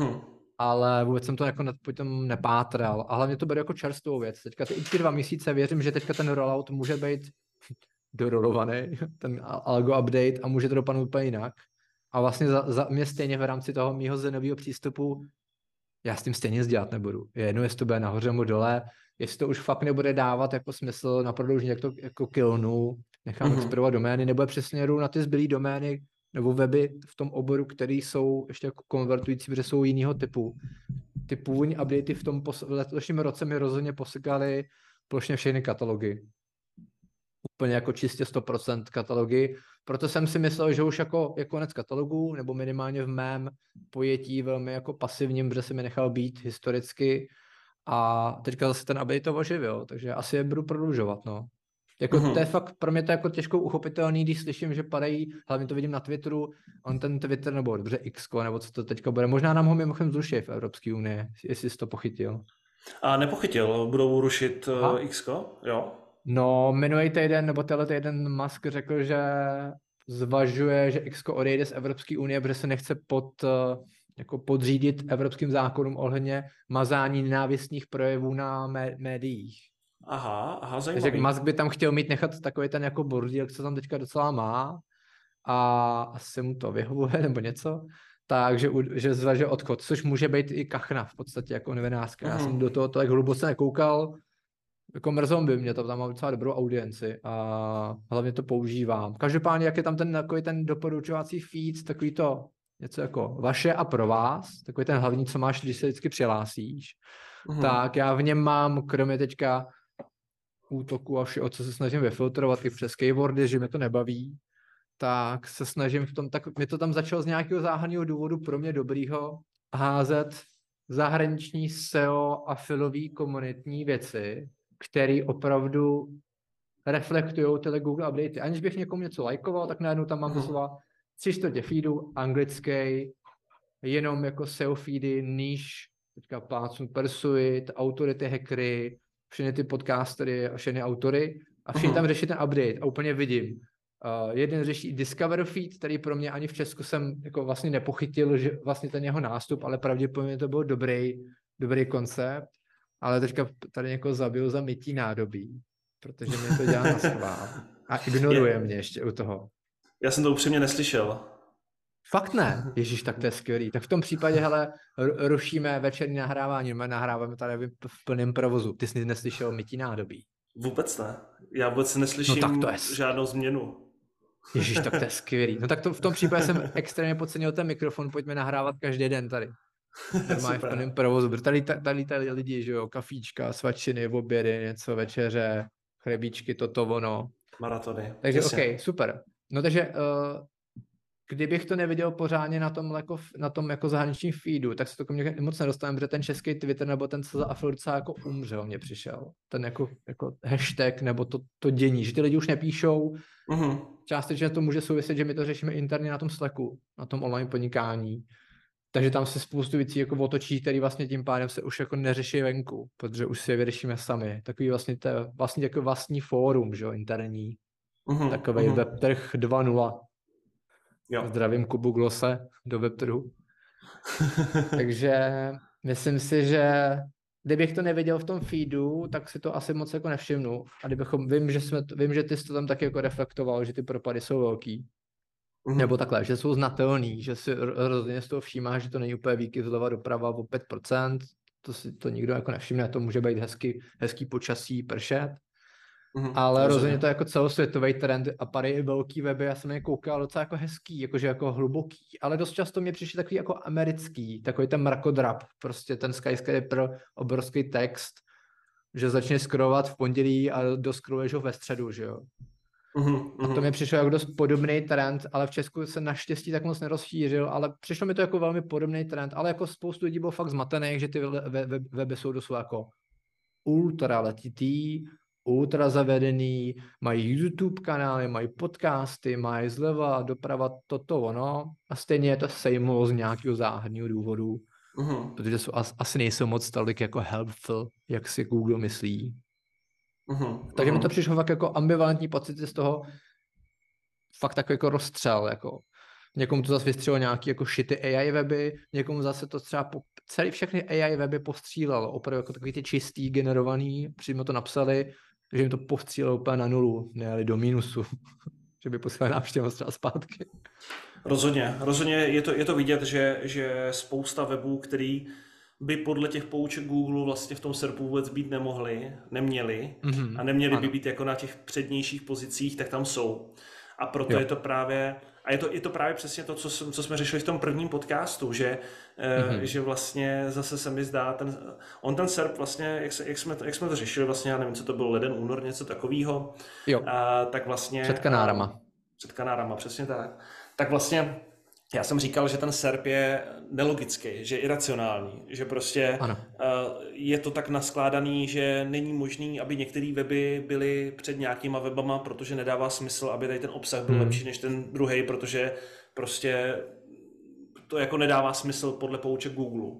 Ale vůbec jsem to jako potom nepátral. A hlavně to bude jako čerstvou věc. Teďka ty 2 měsíce věřím, že teďka ten rollout může být dorolovaný, ten algo update, a může to dopadnout úplně jinak. A vlastně za mě stejně v rámci toho mýho zenového přístupu já s tím stejně nic dělat nebudu. Je jedno, jestli to bude nahoře nebo dole, jestli to už fakt nebude dávat jako smysl na prodloužení, jak to jako killnu, nechám expirovat domény, nebo přesně jdu na ty zbylý domény nebo weby v tom oboru, které jsou ještě jako konvertující, protože jsou jiného typu. Ty původní updaty v tom letošním roce mi rozhodně posekaly plošně všechny katalogy. Úplně jako čistě 100% katalogy. Proto jsem si myslel, že už jako je konec katalogů, nebo minimálně v mém pojetí velmi jako pasivním, protože se mi nechal být historicky. A teďka zase ten update to oživil, takže asi je budu prodlužovat, no. Jako to je fakt, pro mě to je jako těžko uchopitelný, když slyším, že padají, hlavně to vidím na Twitteru, on ten Twitter, nebo dobře X, nebo co to teďka bude, možná nám ho mimochodem zruší v Evropské unii, jestli jsi to pochytil. A nepochytil, budou rušit X, jo? No, minulý týden, nebo tenhle týden Musk řekl, že zvažuje, že X odejde z Evropské unie, protože se nechce podřídit evropským zákonům ohledně mazání nenávistných projevů na médiích. Aha, zajímavý. Takže Musk by tam chtěl nechat takový ten jako bordel, co tam teďka docela má a asi mu to vyhovuje nebo něco, takže že zvažuje odchod, což může být i kachna v podstatě jako novinářská. Já jsem do toho tak hluboce nekoukal, jako mrzom by mě, to tam mám docela dobrou audienci a hlavně to používám. Každopádně, jak je tam ten doporučovací feed, takový to něco jako vaše a pro vás, takový ten hlavní, co máš, když se vždycky přihlásíš, tak já v něm mám, kromě teďka útoku a všeho, co se snažím vyfiltrovat i přes keywordy, že mě to nebaví, tak se snažím v tom, tak mi to tam začalo z nějakého záhadného důvodu pro mě dobrýho házet zahraniční SEO a filový komunitní věci, které opravdu reflektují tyhle Google updaty. Aniž bych někomu něco lajkoval, tak najednou tam mám doslova 3/4 feedu, anglický, jenom jako SEO feedy, níž, teďka plácnu Persuit, autority hackery, všechny ty podcastery a všechny autory a všichni tam řeší ten update a úplně vidím. Jeden řeší Discover feed, který pro mě ani v Česku jsem jako vlastně nepochytil, že vlastně ten jeho nástup, ale pravděpodobně to byl dobrý koncept, ale teďka tady někoho zabil za mytí nádobí, protože mě to dělá na schvál a ignoruje mě ještě u toho. Já jsem to upřímně neslyšel. Fakt ne? Ježíš, tak to je skvělý. Tak v tom případě, hele, rušíme večerní nahrávání, my nahráváme tady v plném provozu. Ty jsi neslyšel mytí nádobí? Vůbec ne. Já vůbec neslyším žádnou změnu. Ježíš, tak to je skvělý. No tak v tom případě jsem extrémně podcenil ten mikrofon, pojďme nahrávat každý den tady. Máme v plném provozu, protože tady lidi, že jo, kafíčka, svačiny, obědy, něco, večeře, chlebíčky, toto, ono. Maratony. Takže OK, super. No takže kdybych to neviděl pořádně na tom jako zahraničním feedu, tak se to ke mně moc nedostane, protože ten český Twitter nebo ten co za Afilca jako umřel, mně přišel. Ten jako hashtag nebo to dění, že ty lidi už nepíšou. Částečně to může souviset, že my to řešíme interně na tom Slacku, na tom online podnikání. Takže tam se spoustu věcí jako otočí, který vlastně tím pádem se už jako neřeší venku, protože už si je vyřešíme sami. Takový vlastně jako vlastní fórum, že jo, interní. Takovej webtrh 2.0. Jo. Zdravím Kubu Glose do webtrhu. Takže myslím si, že kdybych to neviděl v tom feedu, tak si to asi moc jako nevšimnu. A vím, že ty jsi to tam taky jako reflektoval, že ty propady jsou velký. Nebo takhle, že jsou znatelný, že si rozhodně z toho všímáš, že to není úplně výkyv zleva doprava o 5%, to nikdo jako nevšimne, to může být hezký počasí, pršet, ale rozhodně to je jako celosvětový trend a padají i velký weby, já jsem je koukal docela jako hezký, jakože jako hluboký, ale dost často mě přišli takový jako americký, takový ten mrakodrap, prostě ten skyscraper, obrovský text, že začne scrollovat v pondělí a doscrolluješ ho ve středu, že jo. A to mi přišlo jako dost podobný trend, ale v Česku se naštěstí tak moc nerozšířil, ale přišlo mi to jako velmi podobný trend, ale jako spoustu lidí bylo fakt zmatených, že ty weby jsou doslova jako ultra letitý, ultra zavedený, mají YouTube kanály, mají podcasty, mají zleva, doprava, toto, ono, a stejně je to sejmulo z nějakého záhadného důvodu, protože jsou, asi nejsou moc tolik jako helpful, jak si Google myslí. Takže mi to přišlo fakt jako ambivalentní pocity z toho, fakt takový jako rozstřel, jako někomu to zase vystřelilo nějaký jako shitty AI weby, někomu zase to třeba všechny AI weby postřílelo, opravdu jako takový ty čistý, generovaný, přímo to napsali, že jim to postřílelo úplně na nulu, ne do mínusu, že by posílali návštěvnost třeba zpátky. Rozhodně je to vidět, že spousta webů, který by podle těch pouček Google vlastně v tom SERPu vůbec být neměli a neměli by být jako na těch přednějších pozicích, tak tam jsou. A proto je to právě, a je to právě přesně to, co jsme řešili v tom prvním podcastu, že vlastně zase se mi zdá, ten SERP vlastně, jak jsme to řešili, vlastně já nevím, co to bylo, leden, únor, něco takového, tak vlastně... Před Kanárama. Před Kanárama, přesně tak. Tak vlastně já jsem říkal, že ten SERP je nelogický, že je iracionální, že prostě je to tak naskládaný, že není možný, aby některé weby byly před nějakýma webama, protože nedává smysl, aby tady ten obsah byl lepší než ten druhý, protože prostě to jako nedává smysl podle pouček Google.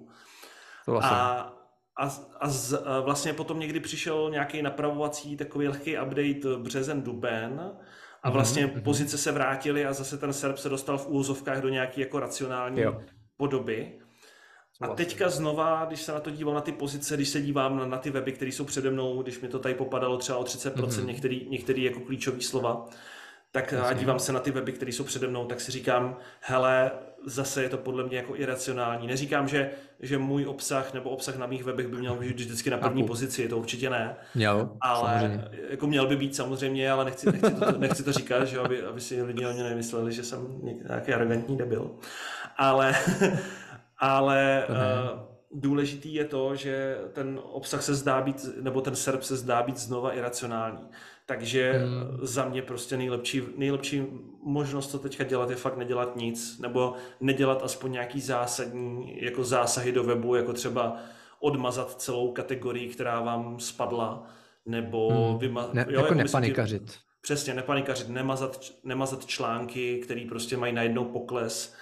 A vlastně potom někdy přišel nějaký napravovací takový lehký update březen, duben, a vlastně pozice se vrátily a zase ten SERP se dostal v úvozovkách do nějaké jako racionální podoby. A teďka znova, když se na to dívám na ty pozice, když se dívám na ty weby, které jsou přede mnou, když mi to tady popadalo třeba o 30%, některé jako klíčové slova, tak a dívám se na ty weby, které jsou přede mnou, tak si říkám, hele, zase je to podle mě jako iracionální. Neříkám, že můj obsah nebo obsah na mých webech by měl být vždycky na první pozici, to určitě ne. Ale jako měl by být samozřejmě, ale nechci to říkat, že aby si lidi o mě nemysleli, že jsem nějaký arrogantní debil. Ale důležitý je to, že ten obsah se zdá být, nebo ten SERP se zdá být znova iracionální. Takže za mě prostě nejlepší možnost, co teďka dělat, je fakt nedělat nic, nebo nedělat aspoň nějaký zásadní jako zásahy do webu, jako třeba odmazat celou kategorii, která vám spadla, nebo jako nepanikařit. Přesně, nepanikařit, nemazat články, které prostě mají najednou pokles.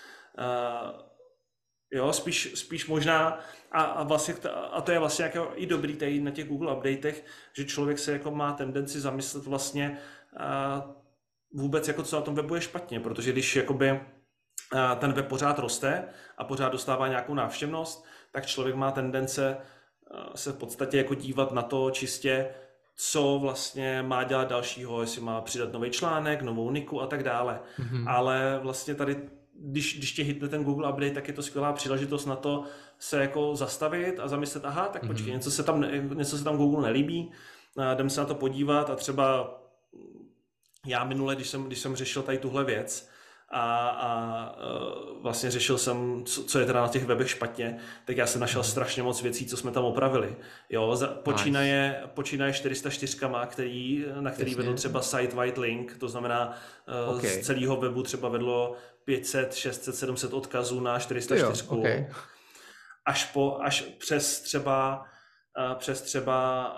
Spíš možná, a to je vlastně jako i dobrý tady na těch Google updatech, že člověk se jako má tendenci zamyslet vlastně vůbec jako co na tom webu je špatně, protože když jakoby ten web pořád roste a pořád dostává nějakou návštěvnost, tak člověk má tendence se v podstatě jako dívat na to čistě, co vlastně má dělat dalšího, jestli má přidat nový článek, novou niku a tak dále. Ale vlastně tady když tě hitne ten Google update, tak je to skvělá příležitost na to se jako zastavit a zamyslet, tak počkej, něco se tam Google nelíbí, jdem se na to podívat a třeba já minule, když jsem řešil tady tuhle věc a vlastně řešil jsem, co je teda na těch webech špatně, tak já jsem našel strašně moc věcí, co jsme tam opravili. Počínaje 404, na který vedl třeba site-wide link, to znamená z celého webu třeba vedlo 500, 600, 700 odkazů na 404. Až přes třeba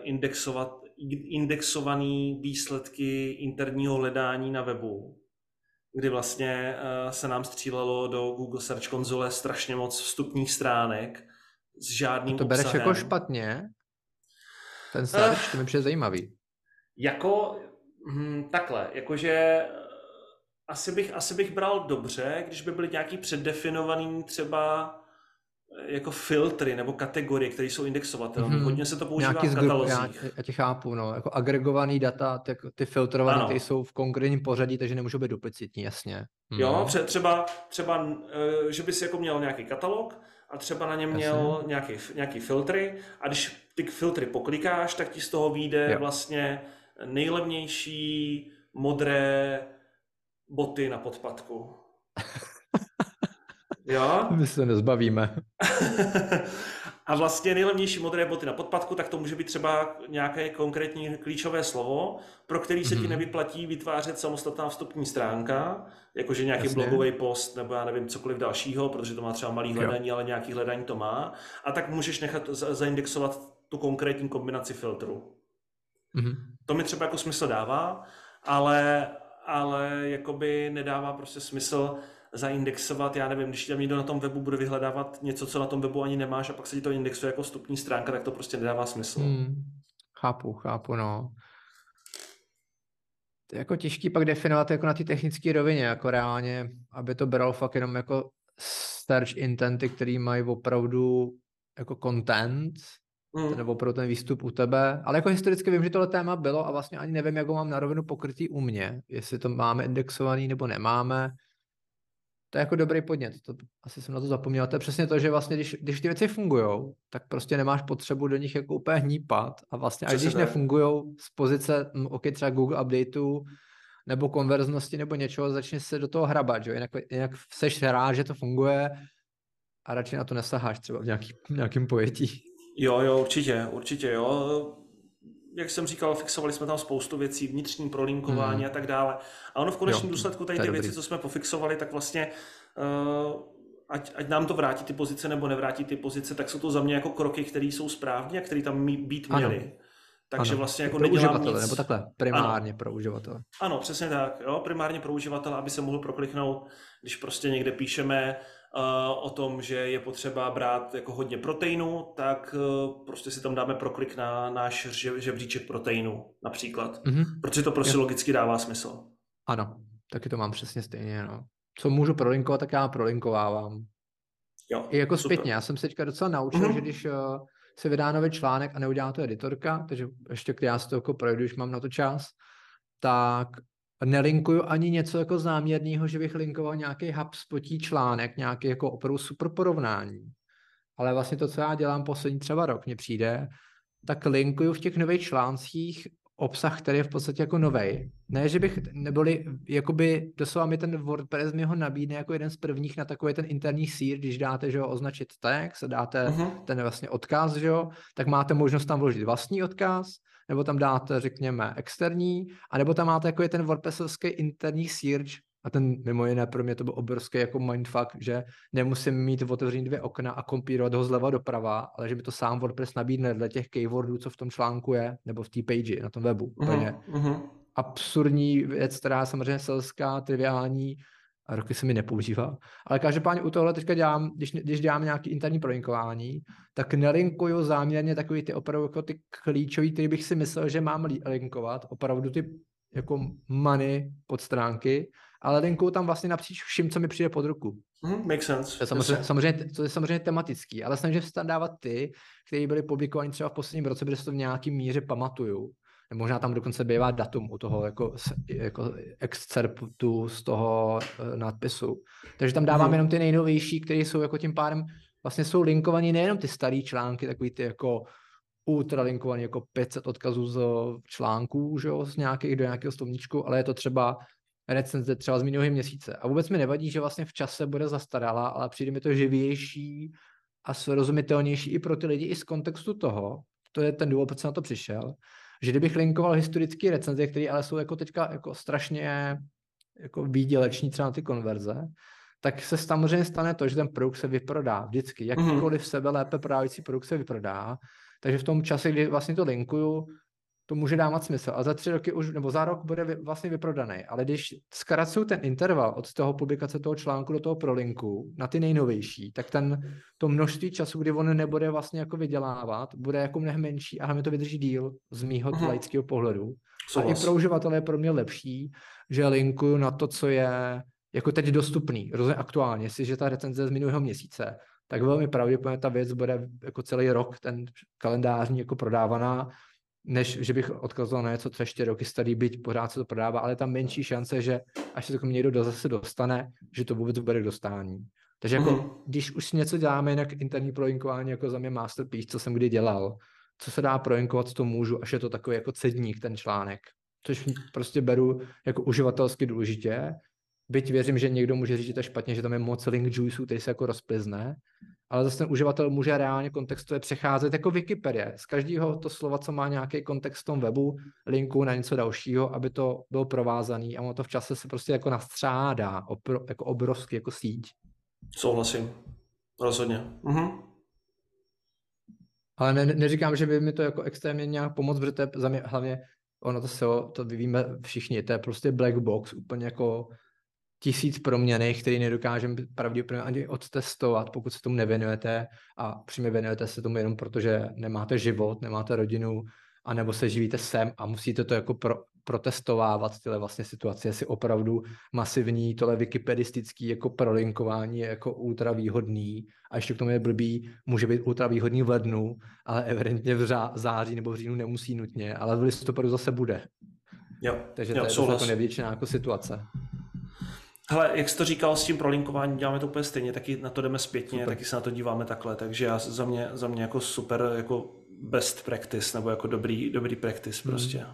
indexované výsledky interního hledání na webu, kdy vlastně se nám střílelo do Google Search konzole strašně moc vstupních stránek s žádným obsahem. To bereš jako špatně? Ten search, to mi přijde zajímavý. Takhle, jakože asi bych bral dobře, když by byly nějaký předdefinovaný třeba jako filtry nebo kategorie, které jsou indexovatelné. Hodně se to používá v katalozích. Já tě chápu, jako agregovaný data, ty filtrované, které jsou v konkrétním pořadí, takže nemůžou být duplicitní, jasně. Jo, třeba, že bys jako měl nějaký katalog a třeba na něm měl nějaký filtry a když ty filtry poklikáš, tak ti z toho vyjde vlastně nejlevnější modré boty na podpatku. Jo? My se nezbavíme. A vlastně nejlevnější modré boty na podpatku, tak to může být třeba nějaké konkrétní klíčové slovo, pro který se ti nevyplatí vytvářet samostatná vstupní stránka, jakože nějaký blogový post nebo já nevím cokoliv dalšího, protože to má třeba malý hledání, ale nějaký hledání to má. A tak můžeš nechat zaindexovat tu konkrétní kombinaci filtrů. To mi třeba jako smysl dává, ale jakoby nedává prostě smysl zaindexovat, já nevím, když tam někdo na tom webu bude vyhledávat něco, co na tom webu ani nemáš a pak se ti to indexuje jako vstupní stránka, tak to prostě nedává smysl. Chápu, no. To je jako těžký pak definovat jako na té technické rovině, jako reálně, aby to bralo fakt jenom jako search intenty, který mají opravdu jako content, nebo opravdu ten výstup u tebe, ale jako historicky vím, že tohle téma bylo a vlastně ani nevím, jak ho mám na rovinu pokrytý u mě, jestli to máme indexovaný nebo nemáme. To je jako dobrý podnět, to asi jsem na to zapomněl. To je přesně to, že vlastně, když ty věci fungujou, tak prostě nemáš potřebu do nich jako úplně hnípat a vlastně, až když nefungujou z pozice, ok, třeba Google Updateu, nebo konverznosti, nebo něčeho, začne se do toho hrabat, že? Jinak seš rád, že to funguje a radši na to nesaháš třeba v nějakým pojetí. Jo, určitě, jo. Jak jsem říkal, fixovali jsme tam spoustu věcí, vnitřní prolinkování a tak dále. A ono v konečném důsledku tady ty věci, co jsme pofixovali, tak vlastně ať nám to vrátí ty pozice nebo nevrátí ty pozice, tak jsou to za mě jako kroky, které jsou správně a které tam být měly. Ano. Takže vlastně jako pro uživatele, nebo takhle, primárně pro uživatele. Ano, přesně tak, jo, primárně pro uživatele, aby se mohl prokliknout, když prostě někde píšeme o tom, že je potřeba brát jako hodně proteinu, tak prostě si tam dáme proklik na náš žebříček proteinu například, protože to prostě logicky dává smysl. Ano, taky to mám přesně stejně, no. Co můžu prolinkovat, tak já prolinkovávám. Jo, i jako zpětně, já jsem se teďka docela naučil, že když se vydá nový článek a neudělá to editorka, takže ještě když já si to jako projdu, když mám na to čas, tak nelinkuju ani něco jako záměrného, že bych linkoval nějaký HubSpotí článek, nějaký jako opravdu super porovnání. Ale vlastně to, co já dělám poslední třeba rok, mně přijde, tak linkuju v těch nových článcích obsah, který je v podstatě jako novej. Ne, že bych, neboli, jakoby doslova mi ten WordPress mi ho nabídne jako jeden z prvních na takový ten interní sír, když dáte, že jo, označit text, dáte ten vlastně odkaz, že jo, tak máte možnost tam vložit vlastní odkaz, nebo tam dáte, řekněme, externí, anebo tam máte jako je ten WordPressovský interní search, a ten mimo jiné pro mě to byl obrovský jako mindfuck, že nemusím mít otevřený 2 okna a kompírovat ho zleva doprava, ale že mi to sám WordPress nabídne dle těch keywordů, co v tom článku je, nebo v té page, na tom webu. Absurdní věc, která je samozřejmě selská, triviální, a roky se mi nepoužívá. Ale každopádně u tohle teďka dělám, když dělám nějaký interní prolinkování, tak nelinkuju záměrně takový ty opravdu jako ty klíčový, který bych si myslel, že mám linkovat, opravdu ty jako money podstránky, ale linkuju tam vlastně napříč vším, co mi přijde pod ruku. Make sense. To je samozřejmě tematický, ale snažím se tam dávat ty, které byly publikovány třeba v posledním roce, protože to v nějaký míře pamatuju. Možná tam dokonce bývá datum u toho jako excerptu z toho nadpisu. Takže tam dávám jenom ty nejnovější, které jsou jako tím pádem vlastně jsou linkovaní nejenom ty staré články, takový ty jako ultralinkovaný jako 500 odkazů z článků, že jo, z nějakých do nějakého slovníčku, ale je to třeba recenze třeba z minulého měsíce. A vůbec mi nevadí, že vlastně v čase bude zastaralá, ale přijde mi to živější a srozumitelnější i pro ty lidi i z kontextu toho, to je ten důvod, proč jsem na to přišel, že kdybych linkoval historické recenze, které ale jsou jako teďka jako strašně jako výděleční třeba na ty konverze, tak se samozřejmě stane to, že ten produkt se vyprodá vždycky. Jakýkoliv sebe lépe prodávající produkt se vyprodá. Takže v tom čase, kdy vlastně to linkuju, to může dávat smysl. A za 3 roky už, nebo za rok bude vlastně vyprodaný. Ale když zkracuju ten interval od toho publikace toho článku do toho prolinku na ty nejnovější, tak to množství času, kdy on nebude vlastně jako vydělávat, bude jako mnohem menší a hlavně to vydrží díl z mýho laického pohledu. A i pro uživatele je pro mě lepší, že linkuju na to, co je jako teď dostupný, rozhodně aktuálně. Jestliže ta recenze je z minulého měsíce, tak velmi pravděpodobně ta věc bude jako celý rok, ten kalendářní jako prodávaná, než že bych odkazoval na něco, co ještě roky starý, byť pořád se to prodává, ale tam menší šance, že až se to k mě někdo zase dostane, že to vůbec bude k dostání. Takže jako, když už něco děláme jinak interní prolinkování, jako za mě masterpiece, co jsem kdy dělal, co se dá prolinkovat, to můžu, až je to takový jako cedník, ten článek. Což prostě beru jako uživatelsky důležitě, byť věřím, že někdo může říct, že to je špatně, že tam je moc link juiceů, který se jako rozplizne, ale zase ten uživatel může reálně kontextově přecházet jako Wikipedie. Z každého to slova, co má nějaký kontext v tom webu, linku na něco dalšího, aby to bylo provázaný a ono to v čase se prostě jako nastřádá, jako obrovský jako síť. Souhlasím. Rozhodně. Ale neříkám, že by mi to jako extrémně nějak pomoct, protože to je za mě hlavně, ono to SEO, to víme všichni, to je prostě black box, úplně jako 1000 proměnných, který nedokážeme pravděpodobně ani odtestovat, pokud se tomu nevěnujete a přímě věnujete se tomu jenom proto, že nemáte život, nemáte rodinu, anebo se živíte sem a musíte to jako protestovávat tyhle vlastně situace, jestli opravdu masivní, tohle wikipedistický jako prolinkování je jako ultra výhodný a ještě k tomu je blbý, může být ultra výhodný v lednu, ale evidentně v září nebo v říjnu nemusí nutně, ale v listopadu zase bude. Jo, takže to je jako nevděčná jako situace. Hele, jak jsi to říkal s tím prolinkováním, děláme to úplně stejně, taky na to jdeme zpětně, Super. taky se na to díváme takhle, takže za mě jako super, jako best practice, nebo jako dobrý practice prostě.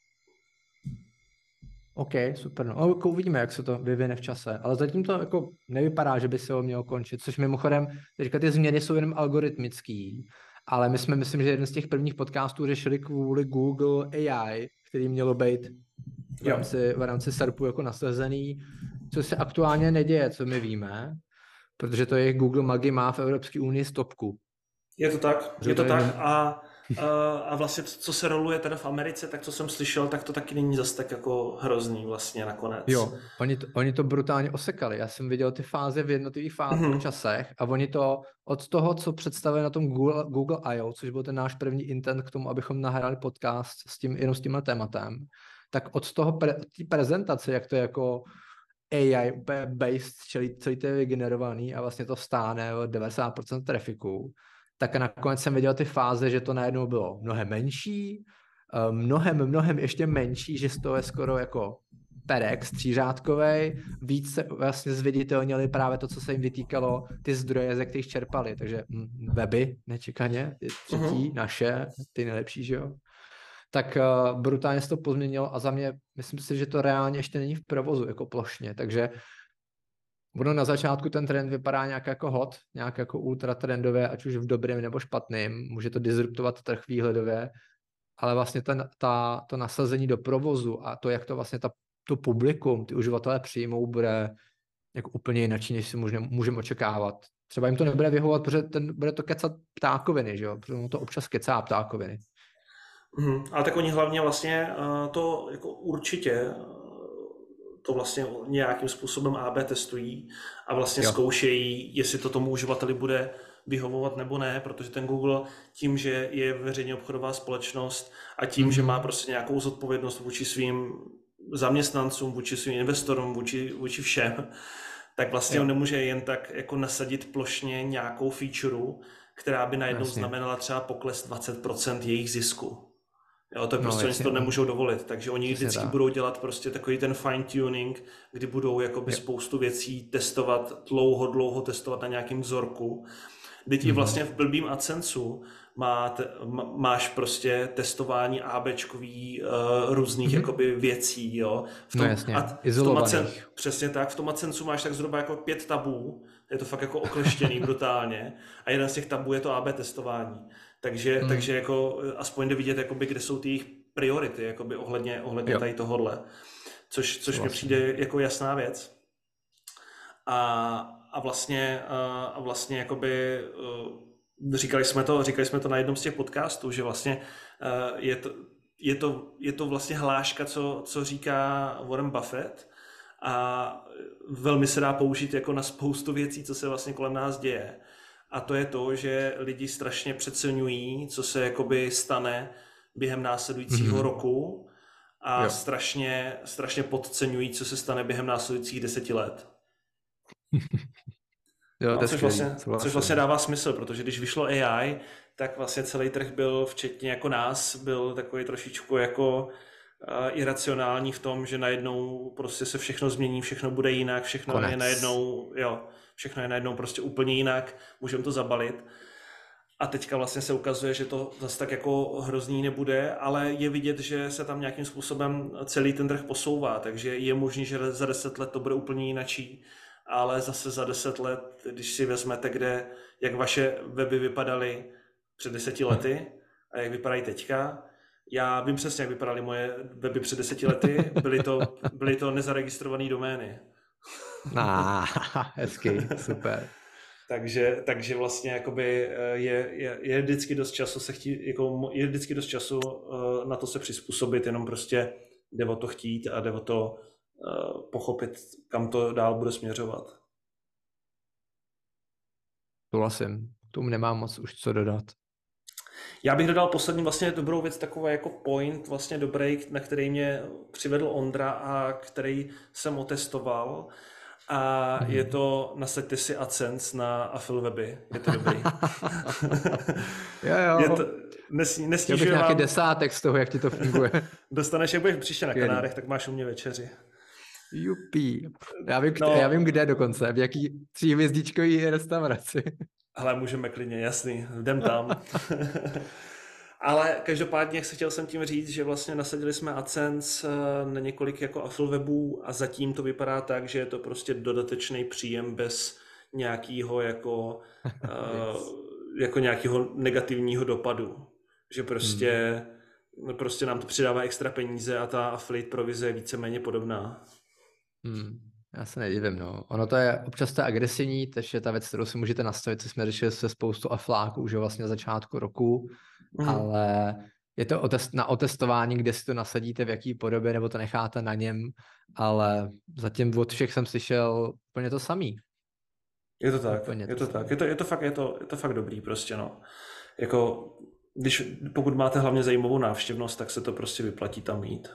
OK, super. No, uvidíme, jak se to vyvine v čase. Ale zatím to jako nevypadá, že by se ho mělo končit, což mimochodem, teďka ty změny jsou jenom algoritmický, ale my jsme, myslím, že jeden z těch prvních podcastů řešili kvůli Google AI, který mělo být v rámci SERPu jako nasazený, co se aktuálně neděje, co my víme, protože to je Google Magi má v Evropské unii stopku. Je to tak a vlastně co se roluje teda v Americe, tak co jsem slyšel, tak to taky není zas tak jako hrozný vlastně nakonec. Jo, oni to brutálně osekali. Já jsem viděl ty fáze v jednotlivých fázích časech a oni to od toho, co představili na tom Google I.O., což byl ten náš první intent k tomu, abychom nahráli podcast jenom s tímhle tématem, tak od toho té prezentace, jak to je jako AI úplně based, celý to je vygenerovaný a vlastně to stáne o 90% trafiku, tak nakonec jsem viděl ty fáze, že to najednou bylo mnohem menší, mnohem ještě menší, že z toho je skoro jako perek třířádkovej, víc se vlastně zviditelnili právě to, co se jim vytýkalo, ty zdroje, ze kterých čerpali, takže weby nečekaně, ty třetí, naše, ty nejlepší, že jo. Tak brutálně se to pozměnilo a za mě, myslím si, že to reálně ještě není v provozu jako plošně, takže ono na začátku ten trend vypadá nějak jako hot, nějak jako ultra trendové, ať už v dobrém nebo špatným, může to disruptovat trh výhledově, ale vlastně to nasazení do provozu a to, jak to vlastně to publikum, ty uživatelé přijmou, bude jako úplně jinak, než si můžeme očekávat. Třeba jim to nebude vyhovovat, protože bude to kecat ptákoviny, že jo? Protože to občas kecá ptákoviny. Ale tak oni hlavně vlastně to jako určitě to vlastně nějakým způsobem AB testují a vlastně zkoušejí, jestli to tomu uživateli bude vyhovovat nebo ne, protože ten Google tím, že je veřejně obchodová společnost a tím, že má prostě nějakou zodpovědnost vůči svým zaměstnancům, vůči svým investorům, vůči všem, tak vlastně on nemůže jen tak jako nasadit plošně nějakou feature, která by najednou znamenala třeba pokles 20% jejich zisku. Jo, to prostě oni si to nemůžou dovolit, takže oni vždycky budou dělat prostě takový ten fine tuning, kdy budou jakoby spoustu věcí testovat, dlouho testovat na nějakým vzorku. Teď i vlastně v blbým AdSenseu máš prostě testování ABčkový různých jakoby věcí, jo. Izolovaných. Přesně tak, v tom AdSenseu máš tak zhruba jako 5 tabů, je to fakt jako okleštěný brutálně a jeden z těch tabů je to AB testování. Takže jako aspoň jde vidět, jakoby, kde jsou ty jejich priority jakoby ohledně tady tohodle, což mi přijde jako jasná věc. A vlastně jakoby říkali jsme to na jednom z těch podcastů, že vlastně je to vlastně hláška, co říká Warren Buffett a velmi se dá použít jako na spoustu věcí, co se vlastně kolem nás děje. A to je to, že lidi strašně přeceňují, co se jakoby stane během následujícího roku a strašně podceňují, co se stane během následujících 10 let. Jo, což vlastně dává smysl, protože když vyšlo AI, tak vlastně celý trh byl, včetně jako nás, byl takový trošičku jako iracionální v tom, že najednou prostě se všechno změní, všechno bude jinak, všechno je najednou prostě úplně jinak, můžeme to zabalit. A teďka vlastně se ukazuje, že to zase tak jako hrozný nebude, ale je vidět, že se tam nějakým způsobem celý ten trh posouvá, takže je možný, že za 10 let to bude úplně jinačí, ale zase za 10 let, když si vezmete, jak vaše weby vypadaly před 10 lety a jak vypadají teďka, já vím přesně, jak vypadaly moje weby před 10 lety, byly to nezaregistrované domény. Hezky, super. Takže vlastně jakoby je vždycky dost času je vždycky dost času na to se přizpůsobit, jenom prostě jde o to chtít a jde o to pochopit, kam to dál bude směřovat. Souhlasím, k tomu nemám moc už co dodat. Já bych dodal poslední vlastně dobrou věc, takový jako point vlastně dobrý, na který mě přivedl Ondra a který jsem otestoval. A je to, nasaďte si AdSense na Affiliweby, je to dobrý. jo. Nesnižuje bych nějaký desátek z toho, jak ti to funguje. Dostaneš, jak budeš příště na Kanárech, tak máš u mě večeři. Jupí. Já vím, kde dokonce, v jaký 3hvězdičkový restauraci. Hele, můžeme klidně, jasný, jdem tam. Ale každopádně chtěl jsem tím říct, že vlastně nasadili jsme AdSense na několik jako affiliate webů a zatím to vypadá tak, že je to prostě dodatečný příjem bez nějakého jako nějakého negativního dopadu. Že prostě nám to přidává extra peníze a ta affiliate provize je víceméně podobná. Já se nedivím, no. Ono to je občas to agresivní, takže ta věc, kterou si můžete nastavit, co jsme řešili se spoustu afláků už vlastně na začátku roku, ale je to na otestování, kde si to nasadíte, v jaký podobě, nebo to necháte na něm, ale zatím od všech jsem slyšel úplně to samý. Je to tak, je to fakt dobrý prostě, no. Jako, pokud máte hlavně zajímavou návštěvnost, tak se to prostě vyplatí tam mít.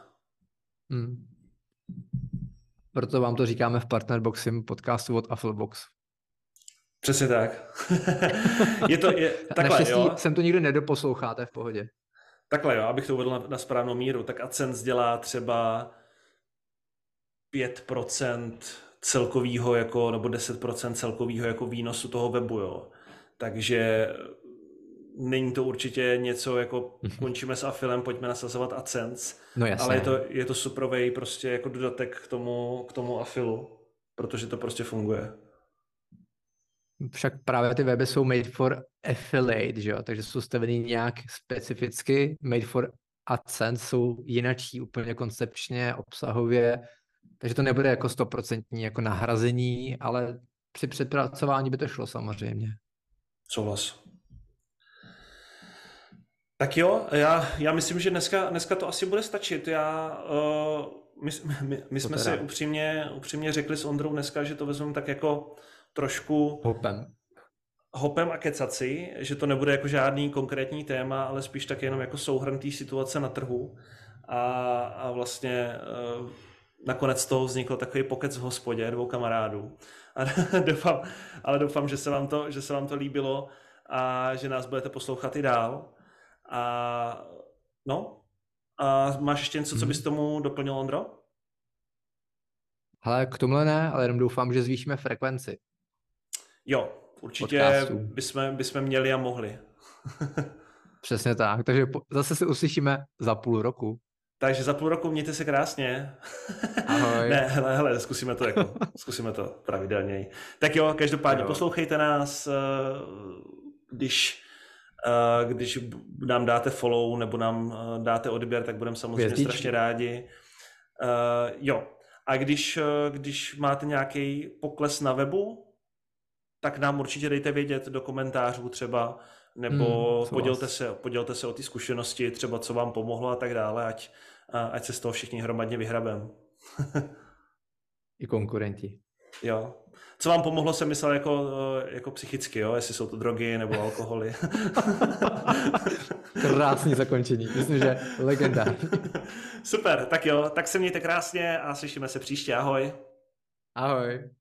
Proto vám to říkáme v Partnerboxim podcastu od Afflebox. Přesně tak. Takhle, naštěstí jo. jsem to nikdy nedoposloucháte v pohodě. Takhle jo, abych to uvedl na správnou míru, tak AdSense dělá třeba 5% celkovýho jako, nebo 10% celkovýho jako výnosu toho webu, jo. Takže není to určitě něco jako končíme s affilem, pojďme nasazovat AdSense, no jasně. Ale je to superovej prostě jako dodatek k tomu affilu, protože to prostě funguje. Však právě ty weby jsou made for affiliate, že jo? Takže jsou stavený nějak specificky, made for AdSense, jsou jinačí úplně koncepčně, obsahově, takže to nebude jako 100% jako nahrazení, ale při přepracování by to šlo samozřejmě. Souhlas. Tak jo, já myslím, že dneska to asi bude stačit. My jsme si upřímně řekli s Ondrou dneska, že to vezmeme tak jako trošku hopem a kecaci, že to nebude jako žádný konkrétní téma, ale spíš tak jenom jako souhrn té situace na trhu a vlastně nakonec toho vznikl takový pokec v hospodě 2 kamarádů. A doufám, že se vám to líbilo a že nás budete poslouchat i dál. A máš ještě něco, co bys tomu doplnil, Ondro? Ale k tomhle ne, ale jenom doufám, že zvýšíme frekvenci. Jo, určitě bychom měli a mohli. Přesně tak, takže zase se uslyšíme za půl roku. Takže za půl roku mějte se krásně. Ahoj. Ne, hele, zkusíme to pravidelněji. Tak jo, každopádně poslouchejte nás, když nám dáte follow nebo nám dáte odběr, tak budeme samozřejmě strašně rádi. Jo. A když máte nějaký pokles na webu, tak nám určitě dejte vědět do komentářů třeba, nebo podělte se o ty zkušenosti, třeba co vám pomohlo a tak dále, ať se z toho všichni hromadně vyhrabem. I konkurenti. Jo. Co vám pomohlo, jsem myslel jako psychicky, jo? Jestli jsou to drogy nebo alkoholy. Krásný zakončení, myslím, že legendární. Super, tak jo, tak se mějte krásně a slyšíme se příště, ahoj. Ahoj.